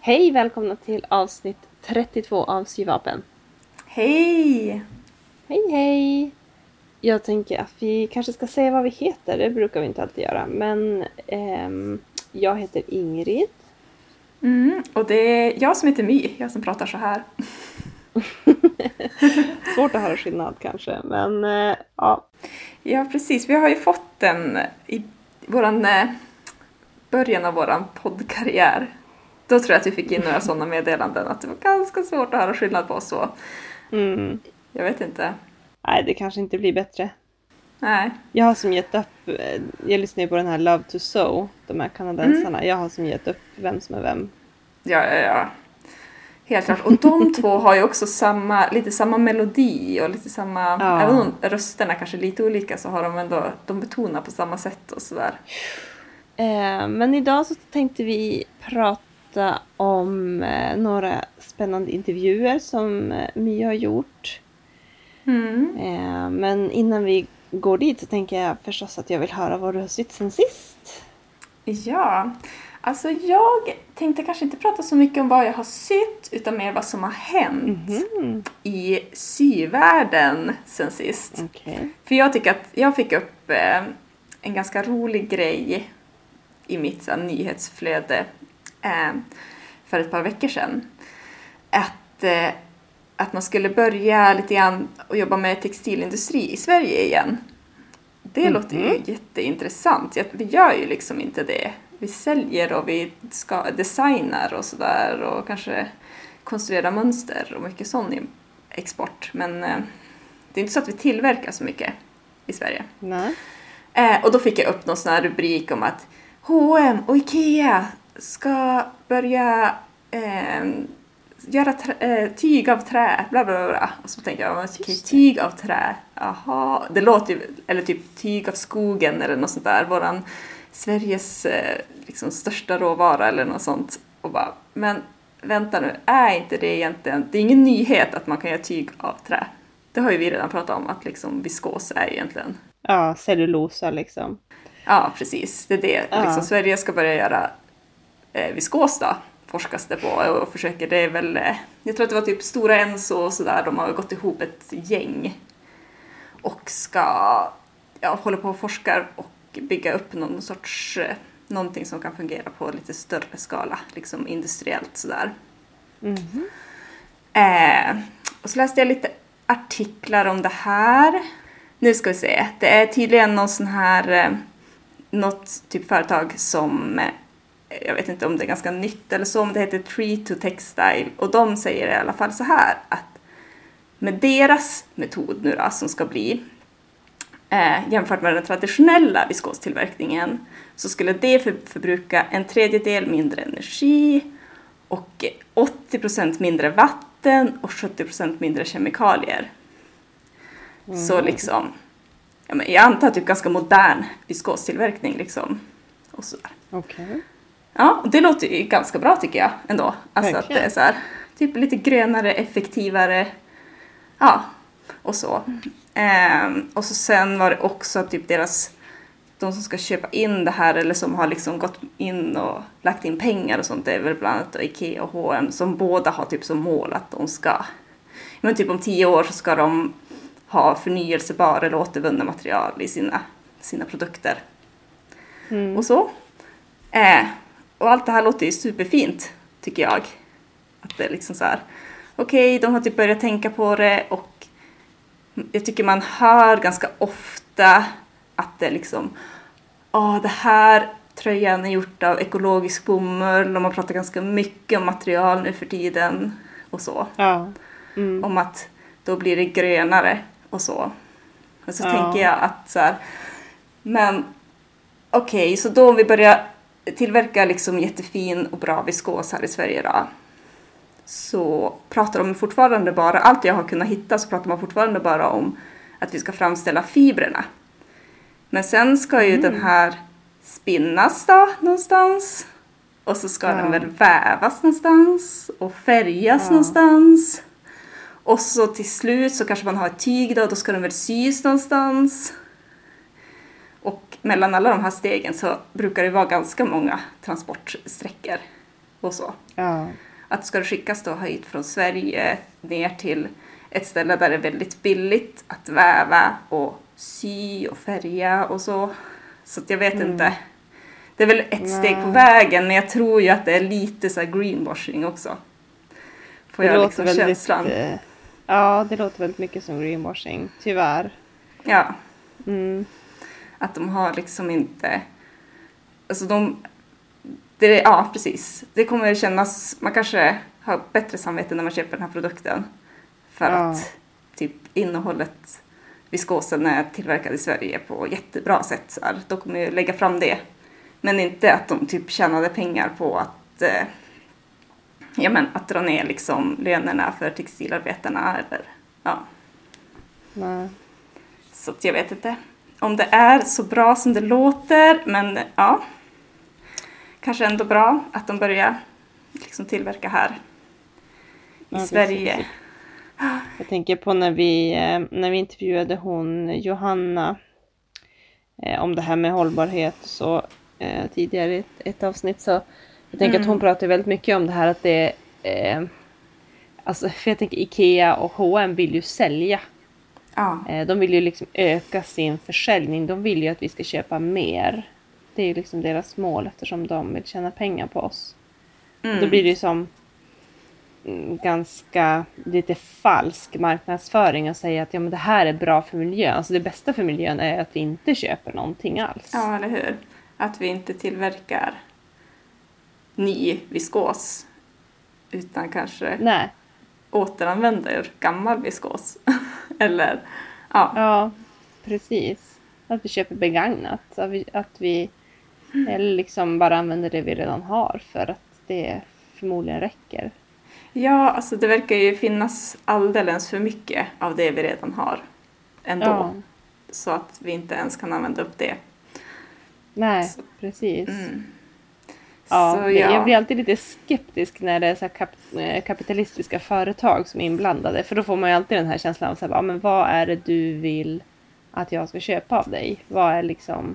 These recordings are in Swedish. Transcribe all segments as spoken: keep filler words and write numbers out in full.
Hej, välkomna till avsnitt trettiotvå av Syvapen. Hej! Hej, hej! Jag tänker att vi kanske ska säga vad vi heter, det brukar vi inte alltid göra. Men ehm, jag heter Ingrid. Mm, och det är jag som heter My, jag som pratar så här. Svårt att höra skillnad kanske, men eh, ja. Ja, precis. Vi har ju fått den i våran, eh, början av våran poddkarriär. Då tror jag att vi fick in några sådana meddelanden att det var ganska svårt att höra skillnad på oss så. Mm. Jag vet inte. Nej, det kanske inte blir bättre. Nej. Jag har som gett upp, eh, jag lyssnar ju på den här Love to Sew, de här kanadensarna. Mm. Jag har som gett upp vem som är vem. Ja, ja, ja. Helt klart. Och de två har ju också samma, lite samma melodi och lite samma, ja. Även om rösterna kanske är lite olika så har de ändå, de betonar på samma sätt och sådär. Eh, men idag så tänkte vi prata om eh, några spännande intervjuer som eh, My har gjort. Mm. Eh, men innan vi går dit så tänker jag förstås att jag vill höra vad du har sytt sen sist. Ja, alltså jag tänkte kanske inte prata så mycket om vad jag har sytt utan mer vad som har hänt mm-hmm. i syvärlden sen sist. Okay. För jag tycker att jag fick upp eh, en ganska rolig grej i mitt så här, nyhetsflöde eh, för ett par veckor sedan. Att, eh, att man skulle börja lite grann och jobba med textilindustri i Sverige igen. Det mm-hmm. låter ju jätteintressant. Vi gör ju liksom inte det. Vi säljer och vi ska designar och sådär och kanske konstruerar mönster och mycket sån export. Men eh, det är inte så att vi tillverkar så mycket i Sverige. Nej. Eh, och då fick jag upp någon sån här rubrik om att H och M och Ikea ska börja eh, göra trä, eh, tyg av trä, bla bla bla. Och så tänkte jag, okay, tyg av trä, jaha, det låter ju, eller typ tyg av skogen eller något sånt där, våran Sveriges eh, liksom största råvara eller något sånt. Och bara, men vänta nu, är inte det egentligen, det är ingen nyhet att man kan göra tyg av trä. Det har ju vi redan pratat om, att liksom viskos är egentligen. Ja, cellulosa liksom. Ja, precis. Det är det. Ja. Liksom, Sverige ska börja göra eh, viskos då, forskas det på och försöker. Det är väl, eh, jag tror att det var typ Stora Enso och sådär. De har gått ihop ett gäng och ska, ja, hålla på och forska och bygga upp någon sorts, eh, någonting som kan fungera på lite större skala, liksom industriellt sådär. Mm-hmm. Eh, och så läste jag lite artiklar om det här. Nu ska vi se. Det är tydligen någon sån här, något typ företag som, jag vet inte om det är ganska nytt eller så, men det heter Tree to Textile. Och de säger i alla fall så här, att med deras metod nu då, som ska bli eh, jämfört med den traditionella viskostillverkningen, så skulle det för, förbruka en tredjedel mindre energi och åttio procent mindre vatten och sjuttio procent mindre kemikalier. Mm. Så liksom, ja, men jag antar typ ganska modern viskostillverkning liksom. Och sådär. Okej. Okay. Ja, och det låter ju ganska bra tycker jag ändå. Alltså att det är så här, typ lite grönare, effektivare. Ja, och så. Ehm, och så sen var det också typ deras, de som ska köpa in det här eller som har liksom gått in och lagt in pengar och sånt. Det är väl bland annat Ikea och H och M som båda har typ som mål att de ska, men typ om tio år så ska de ha förnyelsebara eller återvunna material i sina, sina produkter. Mm. Och så. Eh, och allt det här låter ju superfint, tycker jag. Att det är liksom så här, okej, okay, de har typ börjat tänka på det och jag tycker man hör ganska ofta att det liksom, ja, det här tröjan är gjort av ekologisk bomull och man pratar ganska mycket om material nu för tiden och så. Ja. Mm. Om att då blir det grönare och så. Och så ja. tänker jag att så här, men okej, okay, så då om vi börjar tillverka liksom jättefin och bra viskos här i Sverige då, så pratar de fortfarande bara, allt jag har kunnat hitta så pratar man fortfarande bara om att vi ska framställa fibrerna. Men sen ska ju mm. den här spinnas då någonstans och så ska ja. den väl vävas någonstans och färgas ja. någonstans. Och så till slut så kanske man har ett tyg då, då ska den väl sys någonstans. Och mellan alla de här stegen så brukar det vara ganska många transportsträckor. och så. Ja. Att ska det skickas då hit från Sverige ner till ett ställe där det är väldigt billigt att väva och sy och färga och så. Så att jag vet mm. inte. Det är väl ett Nej. steg på vägen, men jag tror ju att det är lite så här greenwashing också. Får det jag låter liksom väldigt, känslan. Ja, det låter väldigt mycket som greenwashing, tyvärr. Ja. Mm. Att de har liksom inte... Alltså de... Det, ja, precis. Det kommer kännas... Man kanske har bättre samvete när man köper den här produkten. För ja. att typ innehållet, viskosen är tillverkad i Sverige på jättebra sätt. Så här. Då kommer jag lägga fram det. Men inte att de typ tjänade pengar på att... Eh, ja, men att dra ner liksom lönerna för textilarbetarna. Eller, ja. Nej. Så att jag vet inte om det är så bra som det låter. Men ja... Kanske ändå bra att de börjar liksom tillverka här i ja, Sverige. Precis. Jag tänker på när vi, när vi intervjuade hon Johanna eh, om det här med hållbarhet så eh, tidigare i ett, ett avsnitt. Så jag tänker mm. att hon pratar väldigt mycket om det här att det eh, alltså för jag tänker Ikea och H och M vill ju sälja. Ja. Eh, de vill ju liksom öka sin försäljning. De vill ju att vi ska köpa mer. Det är ju liksom deras mål eftersom de vill tjäna pengar på oss. Mm. Då blir det ju som ganska lite falsk marknadsföring att säga att ja, men det här är bra för miljön. Alltså det bästa för miljön är att vi inte köper någonting alls. Ja, eller hur? Att vi inte tillverkar ny viskos utan kanske Nej. återanvänder gammal viskos. eller, ja. Ja, precis. Att vi köper begagnat. Att vi, att vi eller liksom bara använder det vi redan har för att det förmodligen räcker. Ja, alltså det verkar ju finnas alldeles för mycket av det vi redan har ändå. Ja. Så att vi inte ens kan använda upp det. Nej, så. precis. Mm. Ja, så, det, ja, jag blir alltid lite skeptisk när det är så här kap- kapitalistiska företag som är inblandade. För då får man ju alltid den här känslan av så här, ja, men vad är det du vill att jag ska köpa av dig? Vad är liksom...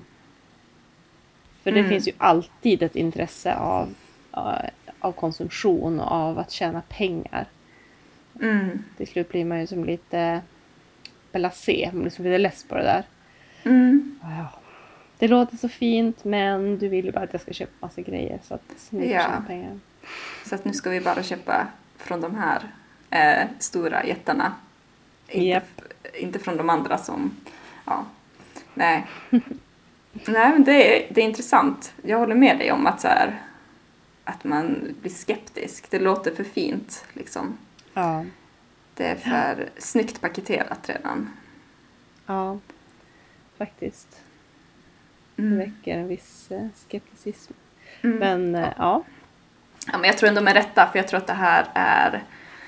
För det mm. finns ju alltid ett intresse av, av konsumtion och av att tjäna pengar. Mm. Till slut blir man ju som lite blasé, man blir som lite less på det där. Mm. Ja, det låter så fint, men du vill ju bara att jag ska köpa massa grejer så att ni ja. tjäna pengar. Så att nu ska vi bara köpa från de här eh, stora jättarna. Inte, yep. inte från de andra som... Ja, nej. Nej, men det är, det är intressant. Jag håller med dig om att, så här, att man blir skeptisk. Det låter för fint, liksom. Ja. Det är för ja. snyggt paketerat redan. Ja, faktiskt. Mm. Det väcker en viss eh, skepticism. Mm. Men, eh, ja. Ja, men jag tror ändå med rätta, för jag tror att det här är...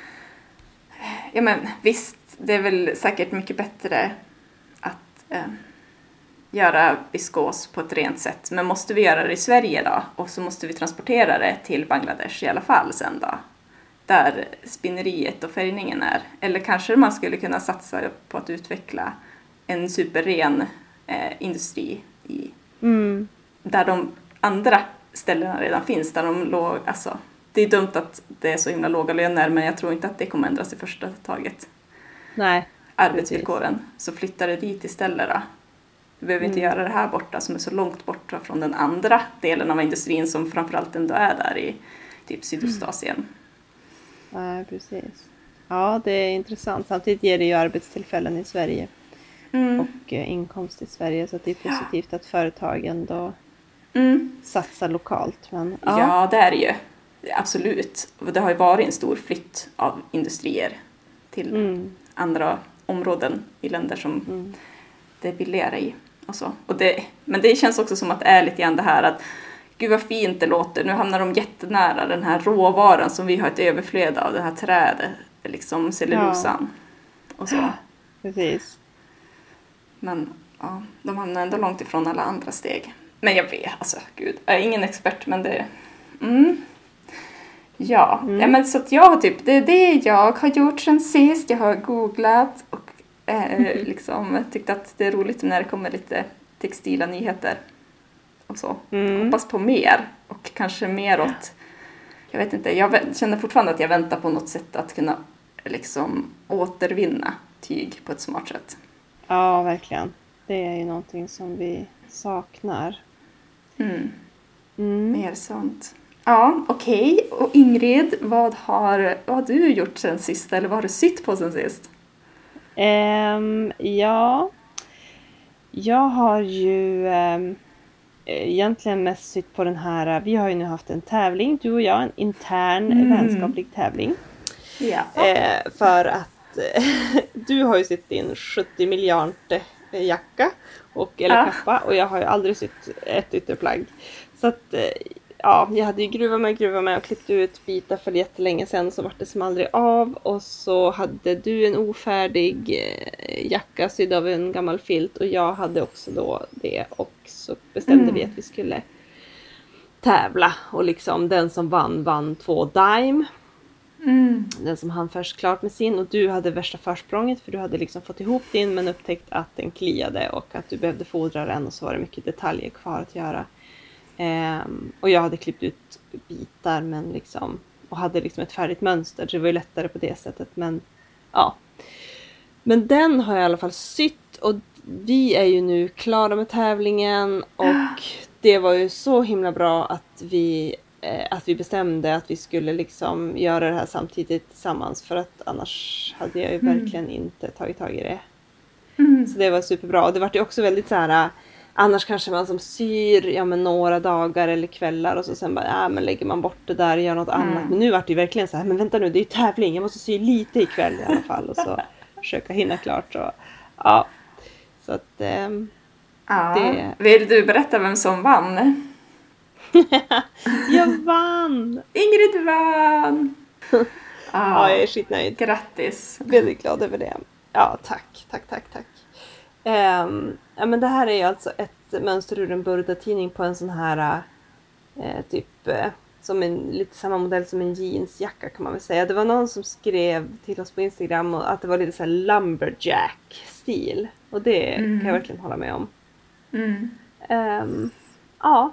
Ja, men visst, det är väl säkert mycket bättre att... Eh, göra viskos på ett rent sätt. Men måste vi göra det i Sverige då? Och så måste vi transportera det till Bangladesh i alla fall sen då. Där spinneriet och färgningen är. Eller kanske man skulle kunna satsa på att utveckla en superren eh, industri i, mm. där de andra ställena redan finns. Där de låg, alltså, det är dumt att det är så himla låga löner, men jag tror inte att det kommer ändras i första taget. Nej. Arbetsvillkoren. Precis. Så flyttar det dit istället då. Vi behöver inte mm. göra det här borta som är så långt borta från den andra delen av industrin som framförallt ändå är där i typ Sydostasien. Nej, mm. precis. Ja, det är intressant. Samtidigt ger det ju arbetstillfällen i Sverige mm. och eh, inkomst i Sverige, så det är positivt ja. att företagen då mm. satsar lokalt. Men, ja. ja, det är det ju. Absolut. Det har ju varit en stor flytt av industrier till mm. andra områden i länder som mm. det är billigare i. Och så. Och det, men det känns också som att det är lite grann det här att gud vad fint det låter. Nu hamnar de jättenära den här råvaran som vi har ett överflöd av. Det här trädet, liksom cellulosan. Ja. Och så. Precis. Men ja, de hamnar ändå långt ifrån alla andra steg. Men jag vet, alltså gud, jag är ingen expert, men det... Mm. Ja, mm. ja men så att jag har typ, det är det jag har gjort sen sist. Jag har googlat och eh, liksom tyckt att det är roligt när det kommer lite textila nyheter och så. Mm. Hoppas på mer och kanske mer åt jag vet inte, jag vä- känner fortfarande att jag väntar på något sätt att kunna liksom återvinna tyg på ett smart sätt. Ja, verkligen. Det är ju någonting som vi saknar. Mm. Mm. Mer sånt. Ja, okej. Okay. Och Ingrid, vad har, vad har du gjort sen sist? Eller vad har du sytt på sen sist? Um, ja, jag har ju um, egentligen mest sytt på den här. Vi har ju nu haft en tävling, du och jag, en intern mm. vänskaplig tävling. Ja. Eh, för att eh, du har ju sytt din sjuttio miljardte jacka och, eller ja. kappa, och jag har ju aldrig sytt ett ytterplagg. Så att eh, ja, jag hade ju gruvat med, gruvat med och klippt ut bitar för jättelänge sedan, så var det som aldrig av. Och så hade du en ofärdig eh, jacka sydd av en gammal filt, och jag hade också då det. Och så bestämde mm. vi att vi skulle tävla, och liksom den som vann vann två dime. Mm. Den som hann först klart med sin, och du hade värsta försprånget för du hade liksom fått ihop din men upptäckt att den kliade och att du behövde fodra den, och så var det mycket detaljer kvar att göra. Um, och jag hade klippt ut bitar men liksom, och hade liksom ett färdigt mönster, så det var ju lättare på det sättet. Men ja, men den har jag i alla fall sytt, och vi är ju nu klara med tävlingen, och det var ju så himla bra att vi eh, att vi bestämde att vi skulle liksom göra det här samtidigt tillsammans, för att annars hade jag ju mm. verkligen inte tagit tag i det. Mm. Så det var superbra, och det var ju också väldigt så här. Annars kanske man som syr ja, men några dagar eller kvällar, och så sen bara, ja, men lägger man bort det där och gör något mm. annat. Men nu var det ju verkligen så här, men vänta nu, det är ju tävling, jag måste sy lite ikväll i alla fall. Och så försöka hinna klart. Så, ja, så att ähm, ja. det... Vill du berätta vem som vann? Jag vann! Ingrid vann! ah, ja, jag är skitnöjd. Grattis! Väldigt glad över det. Ja, tack, tack, tack, tack. Um, ja, men det här är ju alltså ett mönster ur en Burda-tidning på en sån här uh, typ uh, som en, lite samma modell som en jeansjacka kan man väl säga. Det var någon som skrev till oss på Instagram och att det var lite så här lumberjack-stil, och det mm. kan jag verkligen hålla med om. Mm. Um, ja.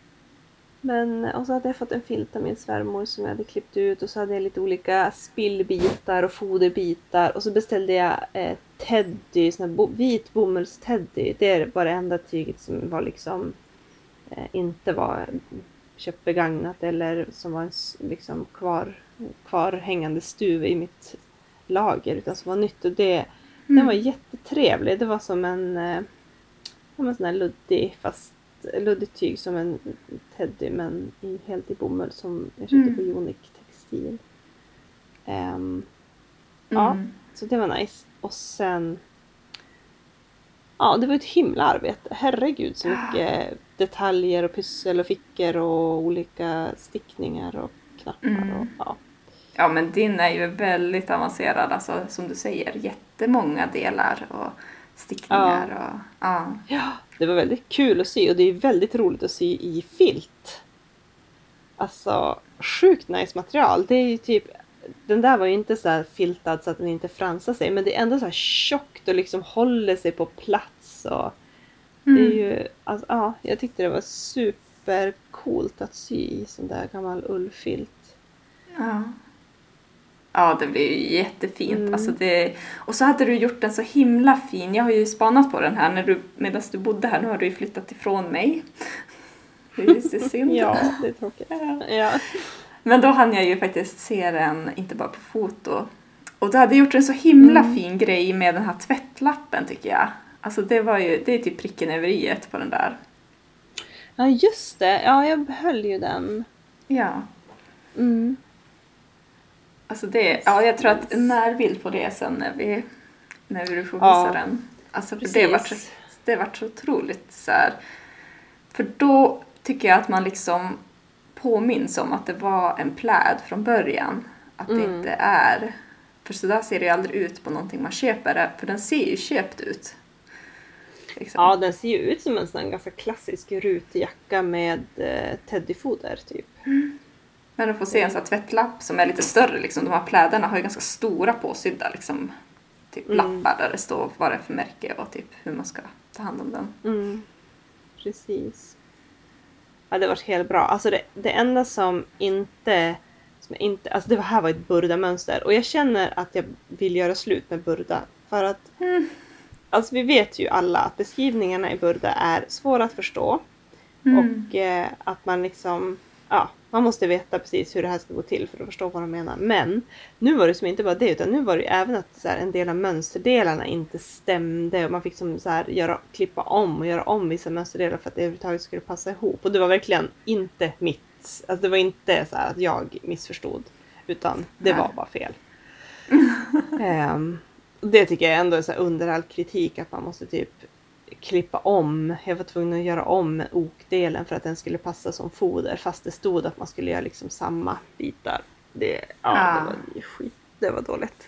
Men, och så hade jag fått en filt av min svärmor som jag hade klippt ut, och så hade jag lite olika spillbitar och foderbitar, och så beställde jag eh, teddy, sån här bo- vit bomullsteddy. Det var det enda tyget som var liksom eh, inte var köpt begagnat eller som var en liksom kvar, kvarhängande stuv i mitt lager, utan som var nytt, och det, mm. den var jättetrevlig. Det var som en, eh, som en sån här luddig fast luddigt tyg som en teddy, men i, helt i bomull som jag köpte mm. på Unique Textil. Um, mm. Ja, så det var nice. Och sen ja, det var ett himla arbete. Herregud, så mycket detaljer och pyssel och fickor och olika stickningar och knappar. Mm. Och, ja. ja, men din är ju väldigt avancerad. Alltså, som du säger, jättemånga delar och stickningar. Ja. Och, ja. ja, det var väldigt kul att sy, och det är väldigt roligt att sy i filt. Alltså, sjukt nice material. Det är ju typ, den där var ju inte så här filtad så att den inte fransar sig, men det är ändå så här tjockt och liksom håller sig på plats. Och mm. det är ju, alltså, ja, jag tyckte det var supercoolt att sy i sån där gammal ullfilt. Ja. Ja, det blir ju jättefint. Mm. Alltså det, och så hade du gjort den så himla fin. Jag har ju spanat på den här när du, medan du bodde här. Nu har du ju flyttat ifrån mig. Det är så synd. Ja, det är tråkigt. Ja. Men då hann jag ju faktiskt se den, inte bara på foto. Och du hade gjort en så himla mm. fin grej med den här tvättlappen, tycker jag. Alltså det var ju, det är typ pricken över i-et på den där. Ja, just det. Ja, jag behöll ju den. Ja. Mm. Alltså det, ja, jag tror att en närbild på det sen när vi, när vi får visa ja, den. Alltså för det var så, det var så otroligt så här. För då tycker jag att man liksom påminns om att det var en pläd från början. Att mm. det inte är, för så där ser det ju aldrig ut på någonting man köper. För den ser ju köpt ut. Liksom. Ja, den ser ju ut som en sån ganska klassisk rutjacka med eh, teddyfoder typ. Mm. Men du får se en sån här tvättlapp som är lite större. Liksom. De här pläderna har ju ganska stora påsydda liksom, typ mm. lappar där det står vad det är för märke och typ hur man ska ta hand om den. Mm. Precis. Ja, det var helt bra. Alltså det, det enda som inte, som inte... Alltså det här var ett Burda-mönster. Och jag känner att jag vill göra slut med Burda. För att... Mm. Alltså vi vet ju alla att beskrivningarna i Burda är svåra att förstå. Mm. Och eh, att man liksom... Ja, man måste veta precis hur det här ska gå till för att förstå vad de menar. Men nu var det som inte bara det, utan nu var det ju även att så här, en del av mönsterdelarna inte stämde. Och man fick som så här, göra, klippa om och göra om vissa mönsterdelar för att det överhuvudtaget skulle passa ihop. Och det var verkligen inte mitt. Alltså det var inte så här att jag missförstod. Utan det var bara fel. um, det tycker jag ändå är så här under all kritik, att man måste typ klippa om. Jag var tvungen att göra om okdelen för att den skulle passa som foder, fast det stod att man skulle göra liksom samma bitar. Det, ja, ah. det var skit. Det var dåligt.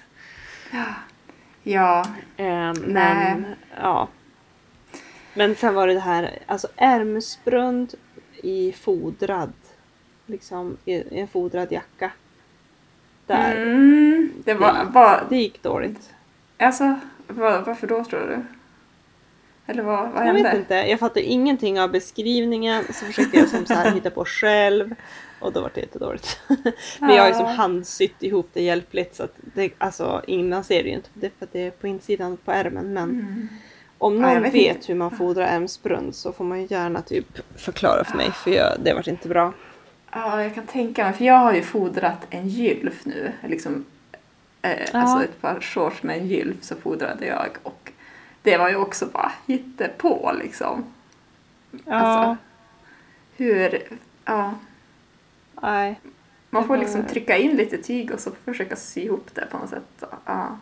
Ja. Um, men ja. Men sen var det det här, alltså ärmsprund i fodrad, liksom i en fodrad jacka. Där. Mm, det var det, var det gick dåligt. Alltså, var, varför då tror du? Eller vad, vad jag hände? vet inte. Jag fattade ingenting av beskrivningen. Så försökte jag som så här hitta på själv. Och då var det jättedåligt. Men jag har ju som handsytt ihop det hjälpligt. Så att det, alltså, ingen ser det ju inte. Det är för att det är på insidan på ärmen. Men Mm. om någon Ja, vet vet inte. hur man fodrar ärmsprund, så får man ju gärna typ förklara för mig. För jag, det var inte bra. Ja, jag kan tänka mig. För jag har ju fodrat en gylf nu. Liksom, eh, Ja. Alltså ett par shorts med en gylf så fodrade jag. Och det var ju också bara hittepå liksom. Ja, Alltså, hur... Ja. nej. Man får Det var- liksom trycka in lite tyg och så försöka sy ihop det på något sätt. Ja.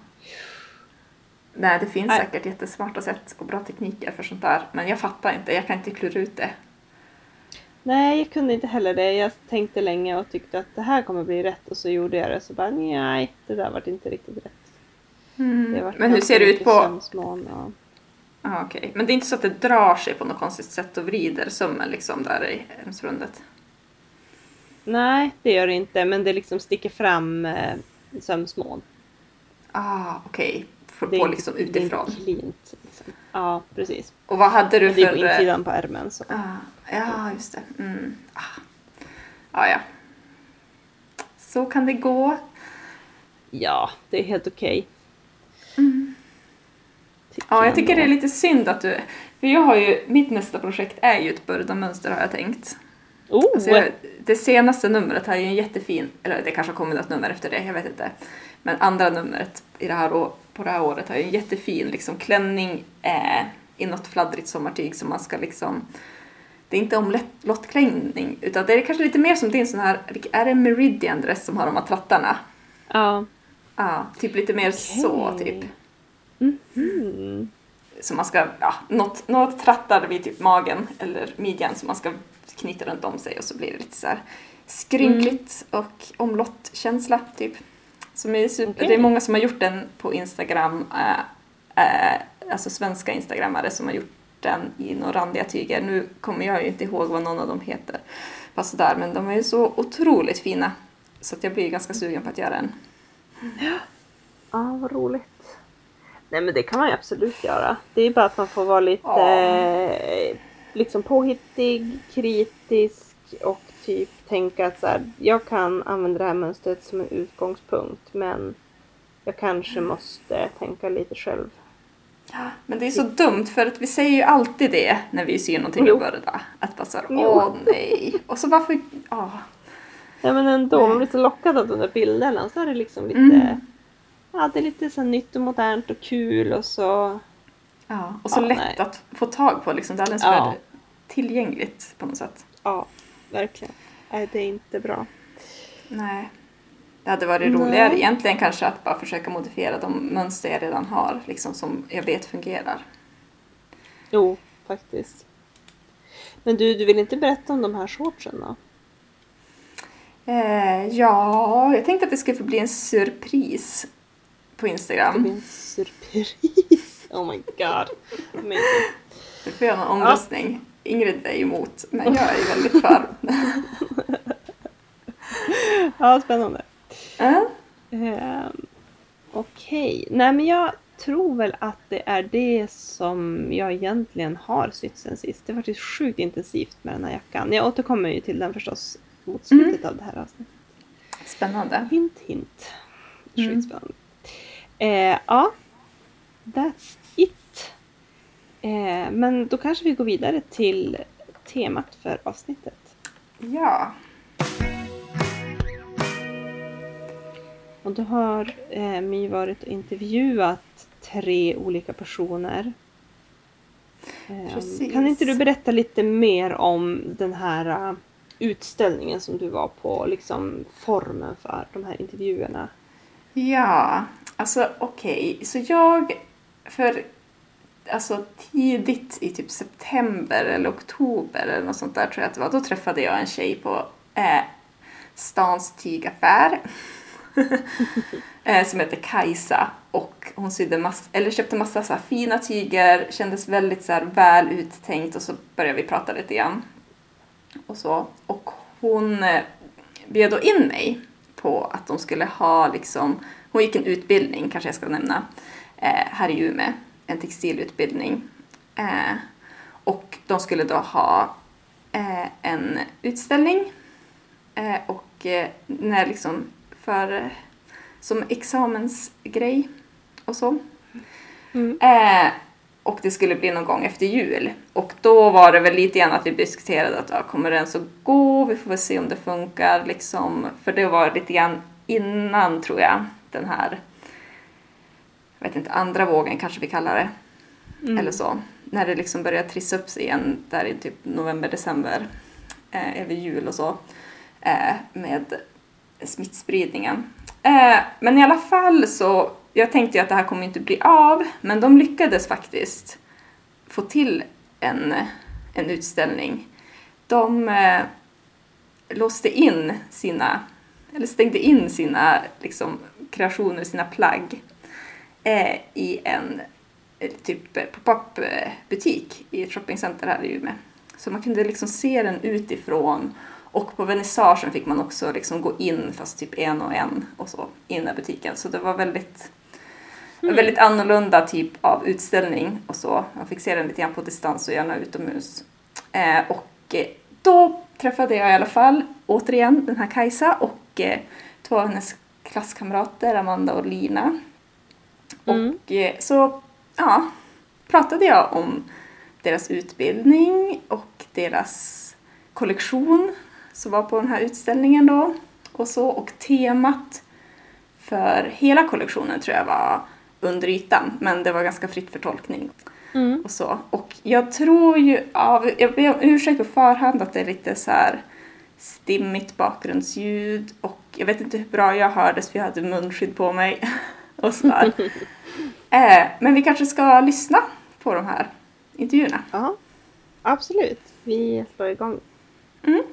Nej, det finns Nej. säkert jättesmarta sätt och bra tekniker för sånt där. Men jag fattar inte, jag kan inte klura ut det. Nej, jag kunde inte heller det. Jag tänkte länge och tyckte att det här kommer bli rätt. Och så gjorde jag det. Så bara, nej, det där var inte riktigt rätt. Det var Men hur ser det ut mycket på... sömsmån, ja. Ah, okej. Men det är inte så att det drar sig på något konstigt sätt och vrider sömmen liksom där i ärmsrundet? Nej, det gör det inte. Men det liksom sticker fram eh, sömsmån. Ah, okej. Okay. Det är På inte- liksom Det är utifrån. inte cleant. Liksom. Ja, precis. Och vad hade du Men det är för... på insidan på ärmen. Så. Ah, ja, just det. Mm. Ah. Ah, ja. Så kan det gå. Ja, det är helt okej. Mm. Ja, jag tycker det är lite synd att du... För jag har ju... Mitt nästa projekt är ju ett Burda-mönster har jag tänkt. Oh! Alltså jag, det senaste numret har ju en jättefin... Eller det kanske har kommit ett nummer efter det, jag vet inte. Men andra numret i det här, å- på det här året har ju en jättefin liksom, klänning eh, i något fladdrigt sommartyg som man ska liksom... Det är inte omlottklänning, utan det är kanske lite mer som din sån här... Är det Meridian dress som har de här trattarna? Ja. Ja, typ lite mer så, typ. Mm. Så man ska, ja, något, något trattar vid typ magen eller midjan som man ska knyta runt om sig och så blir det lite så här skrynkligt Mm. och omlottkänsla typ. Som är super, Okej. Det är många som har gjort den på Instagram, äh, äh, alltså svenska instagrammare som har gjort den i några randiga tyger. Nu kommer jag ju inte ihåg vad någon av dem heter. Bara sådär, men de är ju så otroligt fina så att jag blir ganska sugen på att göra en. Ja, vad roligt. Nej, men det kan man ju absolut göra. Det är bara att man får vara lite Ja. eh, liksom påhittig, kritisk och typ tänka att så här, jag kan använda det här mönstret som en utgångspunkt, men jag kanske måste tänka lite själv. Men det är så dumt för att vi säger ju alltid det när vi syr någonting Jo. i Burda. Att bara såhär, Jo. åh nej. Och så varför, ja. Ja, men ändå, Nej. man blir så lockad av de där bilderna, så är det liksom lite, Mm. ja, det är lite så här nytt och modernt och kul och så, Ja, och så Ja, lätt nej. att få tag på liksom. Det är alldeles Ja. för tillgängligt på något sätt. ja, verkligen. Nej, det är inte bra. Nej. Det hade varit Nej. roligare egentligen kanske att bara försöka modifiera de mönster jag redan har. Liksom som jag vet fungerar. Jo, faktiskt. Men du, du vill inte berätta om de här shortsen då? Eh, ja, jag tänkte att det skulle få bli en surpris på Det Instagram. blir en surpris. Oh my god. Amazing. Nu får jag någon omröstning. Ingrid är ju emot, men jag är ju väldigt för. Ja, spännande. äh? Um, Okej. Nej, men jag tror väl att det är det som jag egentligen har sytt sen sist. Det var faktiskt sjukt intensivt med den här jackan. Jag återkommer ju till den förstås mot slutet mm. av det här avsnittet. Spännande. Hint, hint. Sjukt mm. spännande. Eh, ja, that's it. Eh, men då kanske vi går vidare till temat för avsnittet. Ja. Och då har eh, My varit och intervjuat tre olika personer. Eh, kan inte du berätta lite mer om den här uh, utställningen som du var på, liksom formen för de här intervjuerna? Ja, alltså okej. Okay. Så jag, för alltså tidigt i typ september eller oktober eller något sånt där tror jag att det var, då träffade jag en tjej på eh, stans tygaffär. som heter Kajsa, och hon sydde massa, eller köpte massa så här fina tyger, kändes väldigt så här väl uttänkt, och så började vi prata lite grann och så, och hon eh, bjöd då in mig på att de skulle ha liksom, hon gick en utbildning, kanske jag ska nämna, eh, här i Umeå, en textilutbildning, eh, och de skulle då ha eh, en utställning eh, och eh, när liksom för som examensgrej och så. Mm. Eh, och det skulle bli någon gång efter jul. Och då var det väl lite grann att vi diskuterade att ja, kommer det ens att gå? Vi får väl se om det funkar. Liksom. För det var lite grann innan, tror jag, den här, jag vet inte, andra vågen kanske vi kallar det. Mm. Eller så. När det liksom började trissa upp sig igen där i typ november, december. Eh, över jul och så. Eh, med smittspridningen. Eh, men i alla fall så, jag tänkte ju att det här kommer inte bli av, men de lyckades faktiskt få till en, en utställning. De eh, låste in sina, eller stängde in sina liksom, kreationer, sina plagg eh, i en typ pop-up butik i ett shoppingcenter här i Umeå. Så man kunde liksom se den utifrån. Och på vernissagen fick man också liksom gå in, fast typ en och en och så, in i butiken. Så det var väldigt, mm. väldigt annorlunda typ av utställning och så. Man fick se den lite grann på distans och gärna utomhus. Eh, och då träffade jag i alla fall återigen den här Kajsa och eh, två av hennes klasskamrater, Amanda och Lina. Mm. Och eh, så ja, pratade jag om deras utbildning och deras kollektion som var på den här utställningen då. Och så, och temat för hela kollektionen tror jag var under ytan. Men det var ganska fritt för tolkning. Mm. Och så. Och jag tror ju, av, jag ber om ursäkt på förhand att det är lite så här stimmigt bakgrundsljud. Och jag vet inte hur bra jag hördes för jag hade munskydd på mig. Och så där. eh, men vi kanske ska lyssna på de här intervjuerna. Ja, absolut. Vi slår igång. Mm.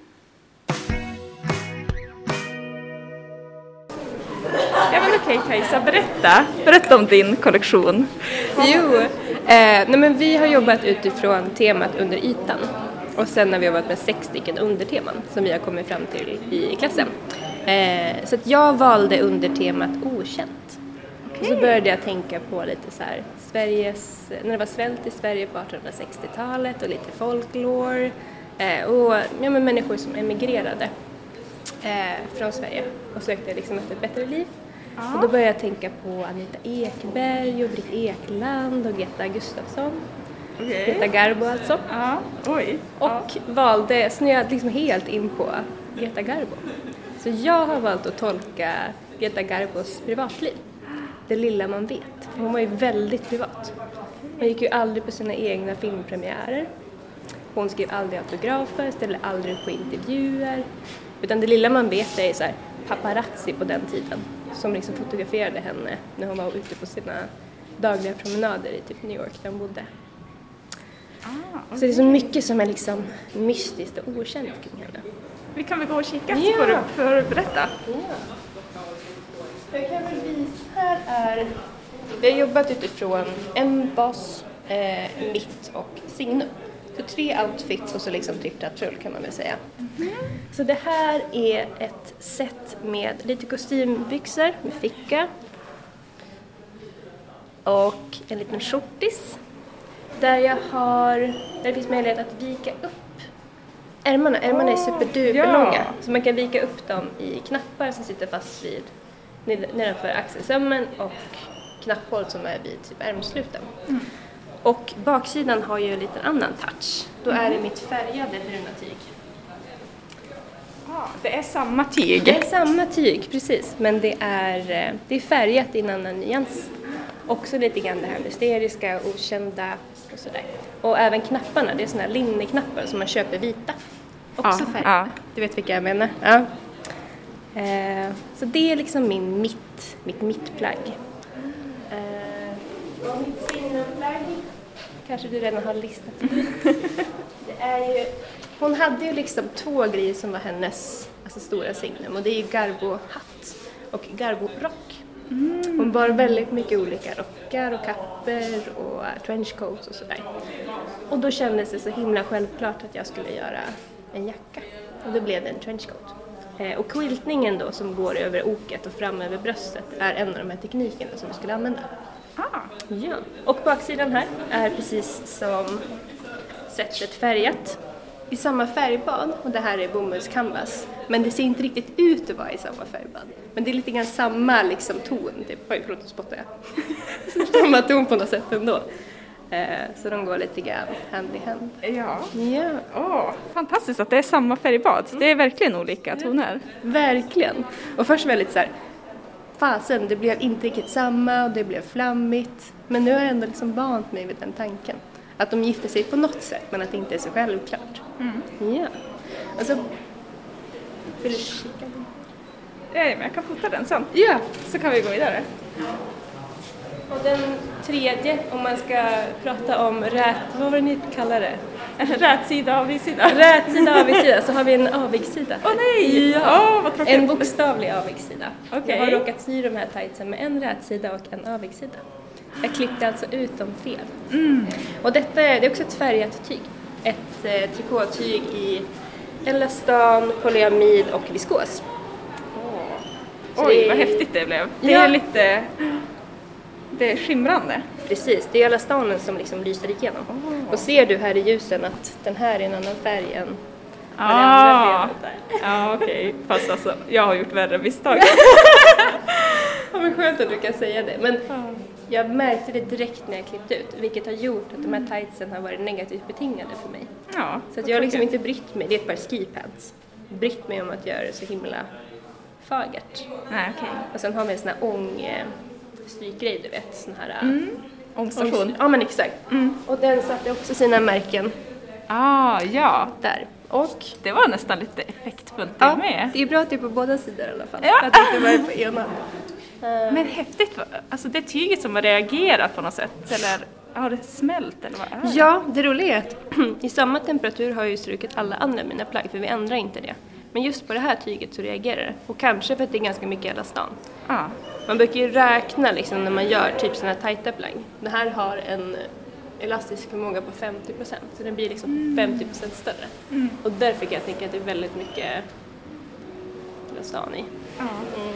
Ja men okej Kajsa, berätta. Berätta om din kollektion. Jo, eh, nej men vi har jobbat utifrån temat under ytan. Och sen har vi jobbat med sex stycken underteman som vi har kommit fram till i klassen. Eh, så att jag valde undertemat okänt. Okay. Och så började jag tänka på lite så här, Sveriges, när det var svält i Sverige på artonhundrasextiotalet och lite folklore. Eh, och ja, men människor som emigrerade eh, från Sverige och sökte liksom efter ett bättre liv. Ah. Och då började jag tänka på Anita Ekberg och Britt Ekland och Greta Gustafsson. Okay. Greta Garbo alltså. Ah. Oj. Och ah. valde, snöade liksom helt in på Greta Garbo. Så jag har valt att tolka Greta Garbos privatliv. Det lilla man vet. Hon var ju väldigt privat. Hon gick ju aldrig på sina egna filmpremiärer. Hon skrev aldrig autografer, ställde aldrig upp på intervjuer. Utan det lilla man vet är så här paparazzi på den tiden. Som liksom fotograferade henne när hon var ute på sina dagliga promenader i typ New York där hon bodde. Ah, okay. Så det är så mycket som är liksom mystiskt och okänt kring henne. Vi kan väl gå och kika så får du för berätta. Ja. Jag kan väl visa, här är... Vi har jobbat utifrån Emboss, eh, Mitt och Signum. Så tre outfits och så liksom tripp trull kan man väl säga. Mm. Så det här är ett set med lite kostymbyxor med ficka. och en liten skjortis där jag har, där det finns möjlighet att vika upp ärmarna. Ärmarna är superduperlånga, ja. Så man kan vika upp dem i knappar som sitter fast vid nedanför axelsömmen och knapphål som är vid typ ärmsluten. Mm. Och baksidan har ju en liten annan touch. Då är det mitt färgade bruna tyg. Ah, det är samma tyg. Det är samma tyg, precis. Men det är, det är färgat i en annan nyans. Också lite grann det här mysteriska, okända och sådär. Och även knapparna, det är såna här linneknappar som man köper vita. Också ja, färgade. Ja. Du vet vilka jag menar. Ja. Eh, så det är liksom min mitt, mitt mittplagg. Eh, och mitt signumplagg kanske du redan har listat. Det är ju, hon hade ju liksom två grejer som var hennes alltså stora signum. Och det är ju Garbo-hatt och Garbo-rock. Mm. Hon bar väldigt mycket olika rockar och kapper och trenchcoats och sådär. Och då kändes det så himla självklart att jag skulle göra en jacka. Och då blev det en trenchcoat. Eh, och quiltningen då som går över oket och fram över bröstet är en av de här teknikerna som vi skulle använda. Ah. Ja. Och baksidan här är precis som sättet färgat. I samma färgbad, och det här är bomullscanvas. Men det ser inte riktigt ut att vara i samma färgbad. Men det är lite grann samma liksom, ton. Typ, oj, förlåt, nu spottar jag. Samma ton på något sätt ändå. Eh, så de går lite grann hand i hand. Ja. Ja. Oh, fantastiskt att det är samma färgbad. Mm. Det är verkligen olika toner. Verkligen. Och först var jag lite så här, fasen, det blev inte riktigt samma och det blev flammigt. Men nu har jag ändå liksom vant mig vid den tanken. Att de gifter sig på något sätt, men att det inte är så självklart. Mm. Ja. Alltså, vill du kika? Ja, men jag kan fota den sen. Ja. Så kan vi gå vidare. Och den tredje, om man ska prata om rät, vad var det ni kallar det? Rätsida, avigsida. Rätsida, avigsida, så har vi en avigsida. Åh oh, nej! Ja. Oh, vad tråkigt. En bokstavlig avigsida. Okay. Jag har råkat sy de här tightsen med en rätsida och en avigsida. Jag klippte alltså ut dem fel. Mm. Och detta är, det är också ett färgat tyg. Ett eh, trikåtyg i elastan, polyamid och viskos. Oh. Oj, är, vad häftigt det blev. Det ja. är lite... Det är skimrande. Precis, det är elastanen som liksom lyser igenom. Oh. Och ser du här i ljusen att den här är en annan färg än ah. den andra benet där. Ja, okej. Okay. Fast alltså, jag har gjort värre misstag. Ja, men skönt att du kan säga det. Men jag märkte det direkt när jag klippte ut, vilket har gjort att de här tightsen har varit negativt betingade för mig. Ja, så att jag har liksom inte brytt mig, det är ett par skipants, brytt mig om att göra det så himla fagert. Nej, okej. Okay. Och sen har vi en sån här ång strykgrej, du vet, sån här mm. ångstation. Ja, men exakt. Mm. Och den satte också sina märken. Ah, ja. Där. Och det var nästan lite effektfullt ja, med. Det är bra att det är på båda sidor i alla fall. Ja. Att det inte bara är på ena. Men häftigt, alltså det tyget som har reagerat på något sätt, eller har det smält eller vad är det? Ja, det roliga är att i samma temperatur har jag ju strukit alla andra mina plagg, för vi ändrar inte det. Men just på det här tyget så reagerar det, och kanske för att det är ganska mycket elastan. Ah. Man brukar ju räkna liksom när man gör typ sådana här tajta plagg. Det här har en elastisk förmåga på femtio procent, så den blir liksom mm. femtio procent större. Mm. Och därför kan jag tänka att det är väldigt mycket elastan i. Ja. Mm.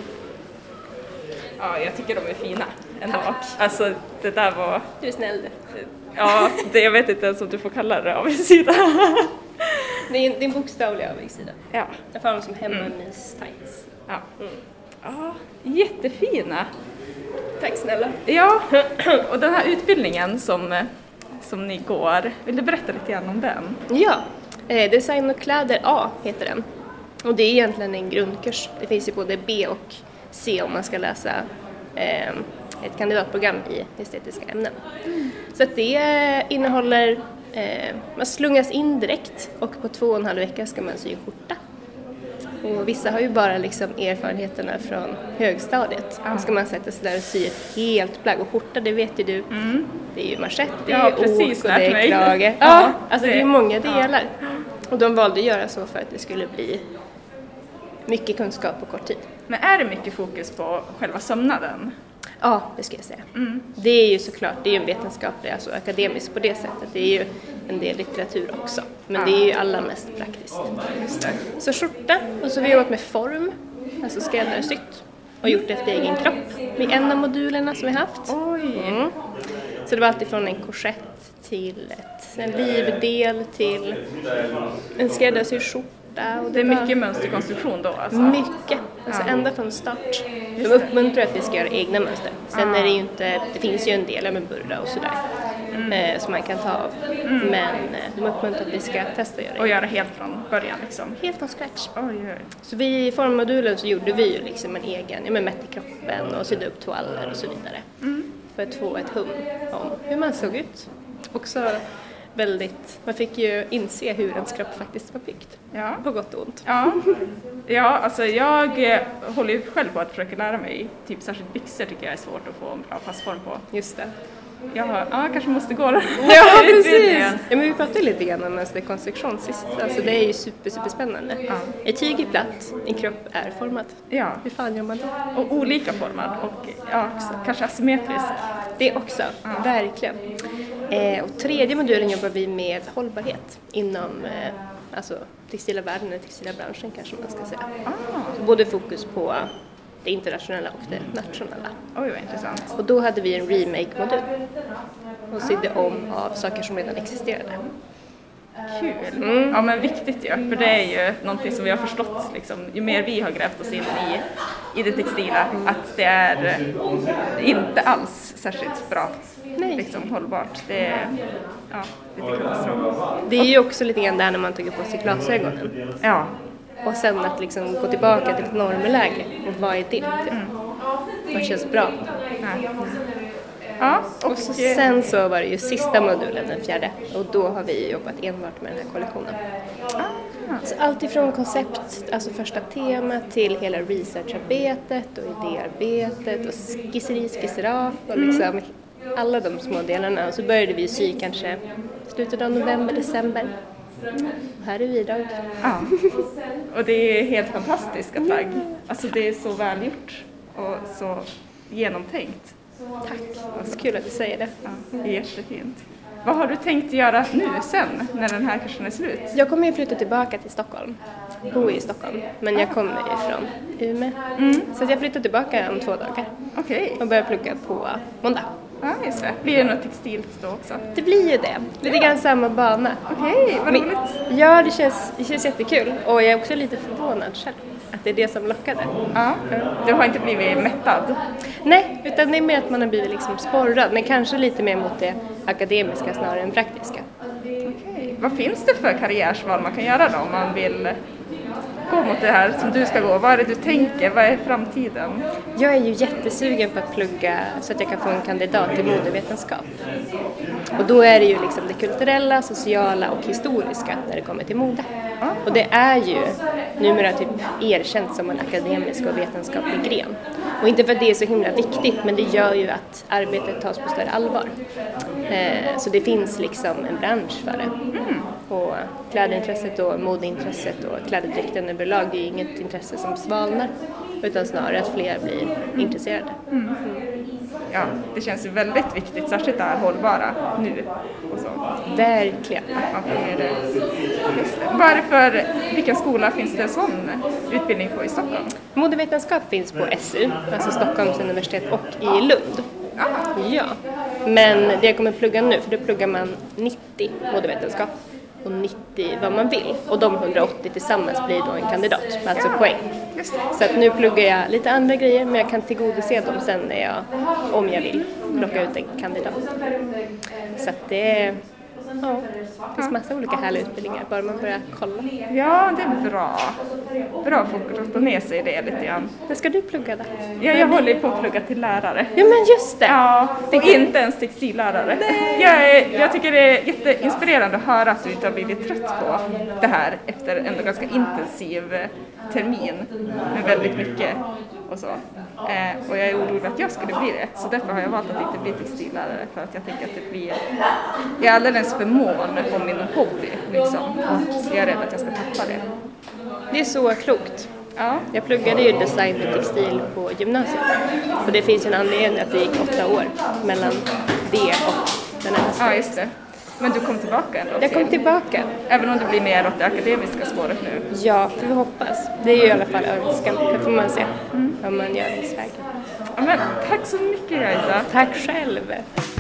Ja, jag tycker de är fina ändå. Tack. Alltså, det där var... Du är snäll. Ja, det, jag vet inte ens om du får kalla det avigsida. Det är en, det är en bokstavlig avigsida. Ja. Jag får dem som hemmamys tights. Ja. Mm. Ja, jättefina. Tack snälla. Ja, och den här utbildningen som, som ni går, vill du berätta lite grann om den? Ja, eh, Design och kläder A heter den. Och det är egentligen en grundkurs. Det finns ju både B och C om man ska läsa eh, ett kandidatprogram i estetiska ämnen. Mm. Så att det innehåller, eh, man slungas in direkt och på två och en halv vecka ska man sy en skjorta. Och vissa har ju bara liksom erfarenheterna från högstadiet. Då ska man sätta sig där och sy ett helt plagg. Och skjorta, det vet ju du. Mm. Det är ju manschett, det är ja, ok och det är krage. Ja, ja, alltså det, det är många delar. Ja. Och de valde att göra så för att det skulle bli mycket kunskap på kort tid. Men är det mycket fokus på själva sömnaden? Ja, det ska jag säga. Mm. Det är ju såklart, det är ju en vetenskaplig, alltså akademisk på det sättet. Det är ju en del litteratur också. Men ja. Det är ju allra mest praktiskt. Just det. Så skjorta, och så har vi jobbat med form, alltså skräddarsytt. och gjort efter egen kropp med en av modulerna som vi haft. Oj! Mm. Så det var alltid från en korsett till ett, en livdel till en skräddarsydd skjorta. Och det är var mycket mönsterkonstruktion då alltså? Mycket, alltså ja. Ända från start. De uppmuntrar att vi ska göra egna mönster. Sen ja. Är det ju inte, det finns ju en del med burra och sådär mm. eh, som man kan ta av. Mm. Men eh, de uppmuntrar att vi ska testa att göra och göra helt från början liksom? Helt från scratch. Oj, oj. Så vi, i formmodulen så gjorde vi ju liksom en egen, ja men mätt i kroppen och sydde upp toaller och så vidare. Mm. För att få ett hum om hur man såg ut. Också väldigt, man fick ju inse hur ens kropp faktiskt var byggt. Ja. På gott och ont. Ja, ja alltså jag eh, håller ju själv på att försöka lära mig, typ särskilt byxor tycker jag är svårt att få en bra passform på. Just det. Jag har, ja, kanske måste gå där. Ja, precis. Ja, men vi pratade lite grann om mönsterkonstruktion sist. Alltså det är ju super, super spännande. Ja. Ett tyg är platt, en kropp är formad. Ja. Hur fan gör man det? Och olika formad och ja, kanske asymmetriskt. Det också, ja. Verkligen. Eh, och tredje modulen jobbar vi med hållbarhet inom eh, alltså textila världen eller textila branschen kanske man ska säga. Ah. Både fokus på det internationella och det nationella. Oj, vad intressant. Och då hade vi en remake-modul och sydde om av saker som redan existerade. Kul. Mm. Ja, men viktigt ju, för det är ju någonting som vi har förstått liksom, ju mer vi har grävt oss in i, i det textila, att det är inte alls särskilt bra. Nej. Liksom hållbart. Det är ja, lite katastrof. Det är ju också lite grann där när man tagit på sig glasögonen. Ja. Och sen att liksom gå tillbaka till ett normläge. Och vad är det? Mm. Vad känns bra? Ja. Ja, och, och så sen så var det ju sista modulen, den fjärde. Och då har vi jobbat enbart med den här kollektionen. Ah. Så allt ifrån koncept, alltså första tema, till hela researcharbetet och idéarbetet och skisseri, skisserap och liksom mm. alla de små delarna. Och så började vi sy kanske slutet av november, december. Och här är vi idag. Ja. Och det är helt fantastiska plagg. Alltså det är så välgjort och så genomtänkt. Tack, alltså, kul att du säger det. Ja, det är jättefint. Vad har du tänkt göra nu sen, när den här kursen är slut? Jag kommer ju flytta tillbaka till Stockholm. Bor i Stockholm, men jag kommer ju från Umeå. Mm. Så jag flyttar tillbaka om två dagar. Okej. Okay. Och börjar plugga på måndag. Ja, just det. Blir det något textilt då också? Det blir ju det. Lite grann samma bana. Okej, okay, vad roligt. Ja, det känns, det känns jättekul. Och jag är också lite förvånad själv. Att det är det som lockade. Ja, du har inte blivit mättad? Nej, utan det är mer att man har blivit liksom sporrad. Men kanske lite mer mot det akademiska snarare än praktiska. Okej. Vad finns det för karriärsval man kan göra då om man vill gå mot det här som du ska gå? Vad är det du tänker? Vad är framtiden? Jag är ju jättesugen på att plugga så att jag kan få en kandidat i modevetenskap. Och då är det ju liksom det kulturella, sociala och historiska när det kommer till mode. Och det är ju numera typ erkänt som en akademisk och vetenskaplig gren. Och inte för att det är så himla viktigt, men det gör ju att arbetet tas på större allvar. Eh, så det finns liksom en bransch för det. Mm. Och klädintresset och modeintresset och klädedräkten överlag, det är inget intresse som svalnar. Utan snarare att fler blir intresserade. Mm. Mm. Ja, det känns ju väldigt viktigt, särskilt det här hållbara nu och så. Verkligen. Att man får med det. Just det. Varför, vilken skola finns det sån utbildning på i Stockholm? Modevetenskap finns på S U, alltså Stockholms universitet, och i Lund. Ah. Ja, men det jag kommer plugga nu, för då pluggar man nittio modevetenskap och nittio vad man vill. Och de hundraåttio tillsammans blir då en kandidat, alltså ja. Poäng. Så att nu pluggar jag lite andra grejer, men jag kan tillgodose dem sen när jag, om jag vill, plocka ut en kandidat. Så att det är, ja, det finns massa olika härliga utbildningar, bara man börjar kolla. Ja, det är bra. Bra att få grotta ner sig i det lite grann. Men ska du plugga där? Ja, jag håller på att plugga till lärare. Ja, men just det! Ja, och inte ens textillärare. Jag, är, jag tycker det är jätteinspirerande att höra att du inte har blivit trött på det här efter en ganska intensiv termin med väldigt mycket och så. Eh, och jag är orolig att jag skulle bli det. Så därför har jag valt att inte bli textillärare, för att jag tänker att det blir... Jag är alldeles för mån om min hobby, liksom. Och jag är rädd att jag ska tappa det. Det är så klokt. Ja. Jag pluggade ju design och textil på gymnasiet. Och det finns en anledning att det gick åtta år mellan det och den här. Ja, just det. Men du kom tillbaka ändå? Jag kom tillbaka. Även om det blir mer åt det akademiska spåret nu? Ja, för vi hoppas. Det är ju i alla fall önskan. Det får man se mm. om man gör en sväg. Ja, men tack så mycket, Jaisa. Tack själv.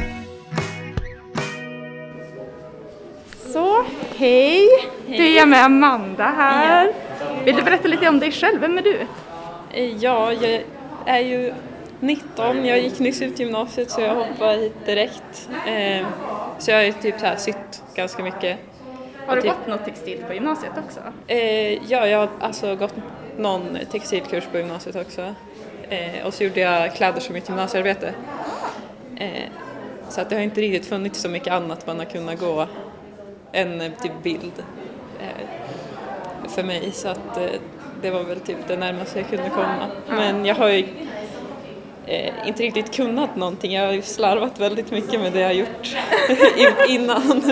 Så, hej. hej. Du är med Amanda här. Ja. Vill du berätta lite om dig själv? Vem är du? Ja, jag är ju nitton. Jag gick nyss ut gymnasiet så jag hoppade hit direkt. Eh, så jag har ju typ så här sytt ganska mycket. Har du typ, gått något textil på gymnasiet också? Eh, ja, jag har alltså gått någon textilkurs på gymnasiet också. Eh, och så gjorde jag kläder som mitt gymnasiearbete. Eh, så att det har inte riktigt funnits så mycket annat man har kunnat gå än typ bild eh, för mig. Så att eh, det var väl typ det närmaste jag kunde komma. Men jag har ju eh, inte riktigt kunnat någonting. Jag har ju slarvat väldigt mycket med det jag har gjort innan.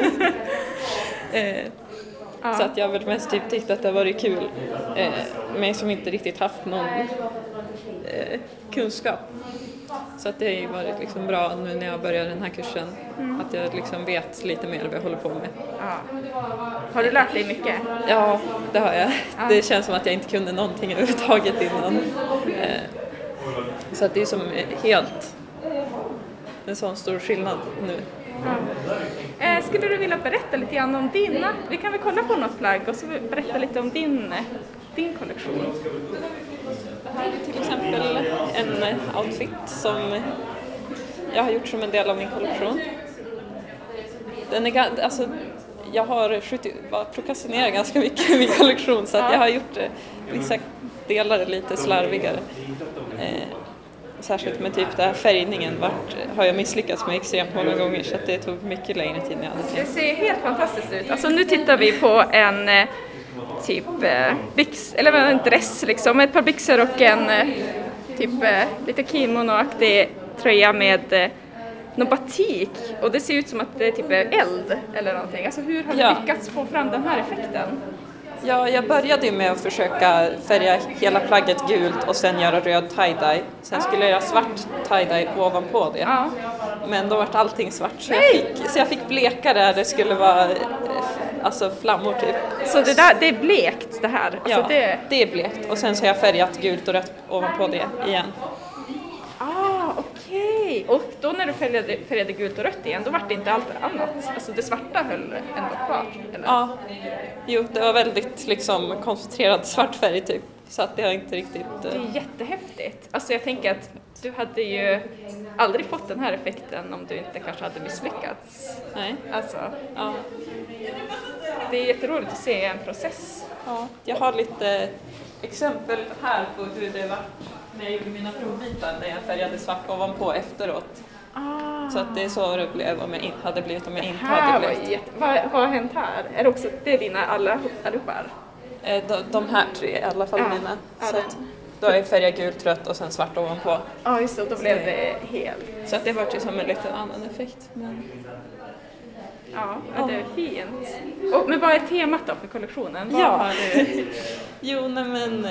eh, ja. Så att jag har väl mest typ tyckt att det har varit kul. Eh, men som inte riktigt haft någon eh, kunskap. Så att det har ju varit liksom bra nu när jag börjar den här kursen. Mm. Att jag liksom vet lite mer vad jag håller på med. Ja. Har du lärt dig mycket? Ja, det har jag. Ja. Det känns som att jag inte kunde någonting överhuvudtaget innan. Eh, så att det är som helt en sån stor skillnad nu. Ja. Eh, skulle du vilja berätta lite grann om dina? Vi kan väl kolla på något plagg och så berätta lite om din, din kollektion. Här är till exempel en outfit som jag har gjort som en del av min kollektion. Den är, alltså, jag har skjutit, prokrastinerat ganska mycket i min kollektion så att jag har gjort vissa delar lite slarvigare. Eh, särskilt med typ den här färgningen vart, har jag misslyckats med extremt många gånger så att det tog mycket längre tid än jag hade tänkt. Det ser helt fantastiskt ut. Alltså nu tittar vi på en typ eh, byx, eller en dress liksom, ett par byxor och en eh, typ eh, lite kimonoaktig tröja med eh, någon batik och det ser ut som att det är typ eld eller någonting. Alltså hur har du ja. lyckats få fram den här effekten? Ja, jag började ju med att försöka färga hela plagget gult och sen göra röd tie-dye. Sen ah. skulle jag göra svart tie-dye ovanpå det. Ah. Men då var allting svart så jag, fick, så jag fick bleka där det skulle vara alltså flammor typ. Så det, där, det är blekt det här? Alltså ja, det... det är blekt och sen så har jag färgat gult och rött ovanpå det igen. Ah, okej. Okay. Och då när du färgade, färgade gult och rött igen, då var det inte allt annat? Alltså det svarta höll ändå kvar? Eller? Ja, jo, det var väldigt liksom koncentrerad svart färg typ. Så att det har inte riktigt... Det är jättehäftigt. Alltså jag tänker att du hade ju aldrig fått den här effekten om du inte kanske hade misslyckats. Nej. Alltså, ja. Det är jätteroligt att se en process. Ja, jag har lite exempel här på hur det var när jag gjorde mina provbitar när jag färgade svart ovanpå efteråt. Ah. Så att det är så det blev om jag in, hade blivit om jag inte hade blivit. Jätte... Vad, vad har hänt här? Är det också det är dina alla, allihopa? Eh, de, de här tre i alla fall ja. mina. Så att, då har jag färgat gult, rött och sen svart ovanpå. Ja just det, då blev det helt. Så att det var ju som en liten annan effekt. Men... Ja, ja, det är fint. Och, men vad är temat då för kollektionen? Vad ja. har du? Jo, nej men...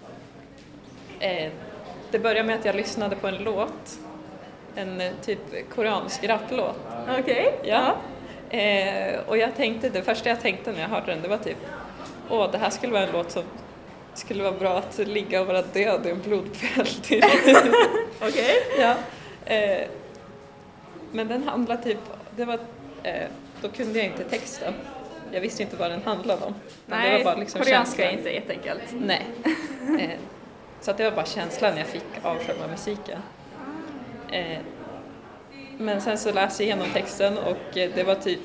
Eh, det började med att jag lyssnade på en låt. En typ koreansk rapplåt. Okej. Okay. Ja. ja. Eh, och jag tänkte, det första jag tänkte när jag hörde den, det var typ åh, det här skulle vara en låt som skulle vara bra att ligga och vara död i en blodpöl till. Okej. Okay. Ja. Eh, men den handlar typ, det var, eh, då kunde jag inte texten. Jag visste inte vad den handlade om. Nej, det var bara liksom koreanska är inte jätteenkelt. Nej. Eh, så att det var bara känslan jag fick av själva musiken. Eh, men sen så läste jag igenom texten och eh, det var typ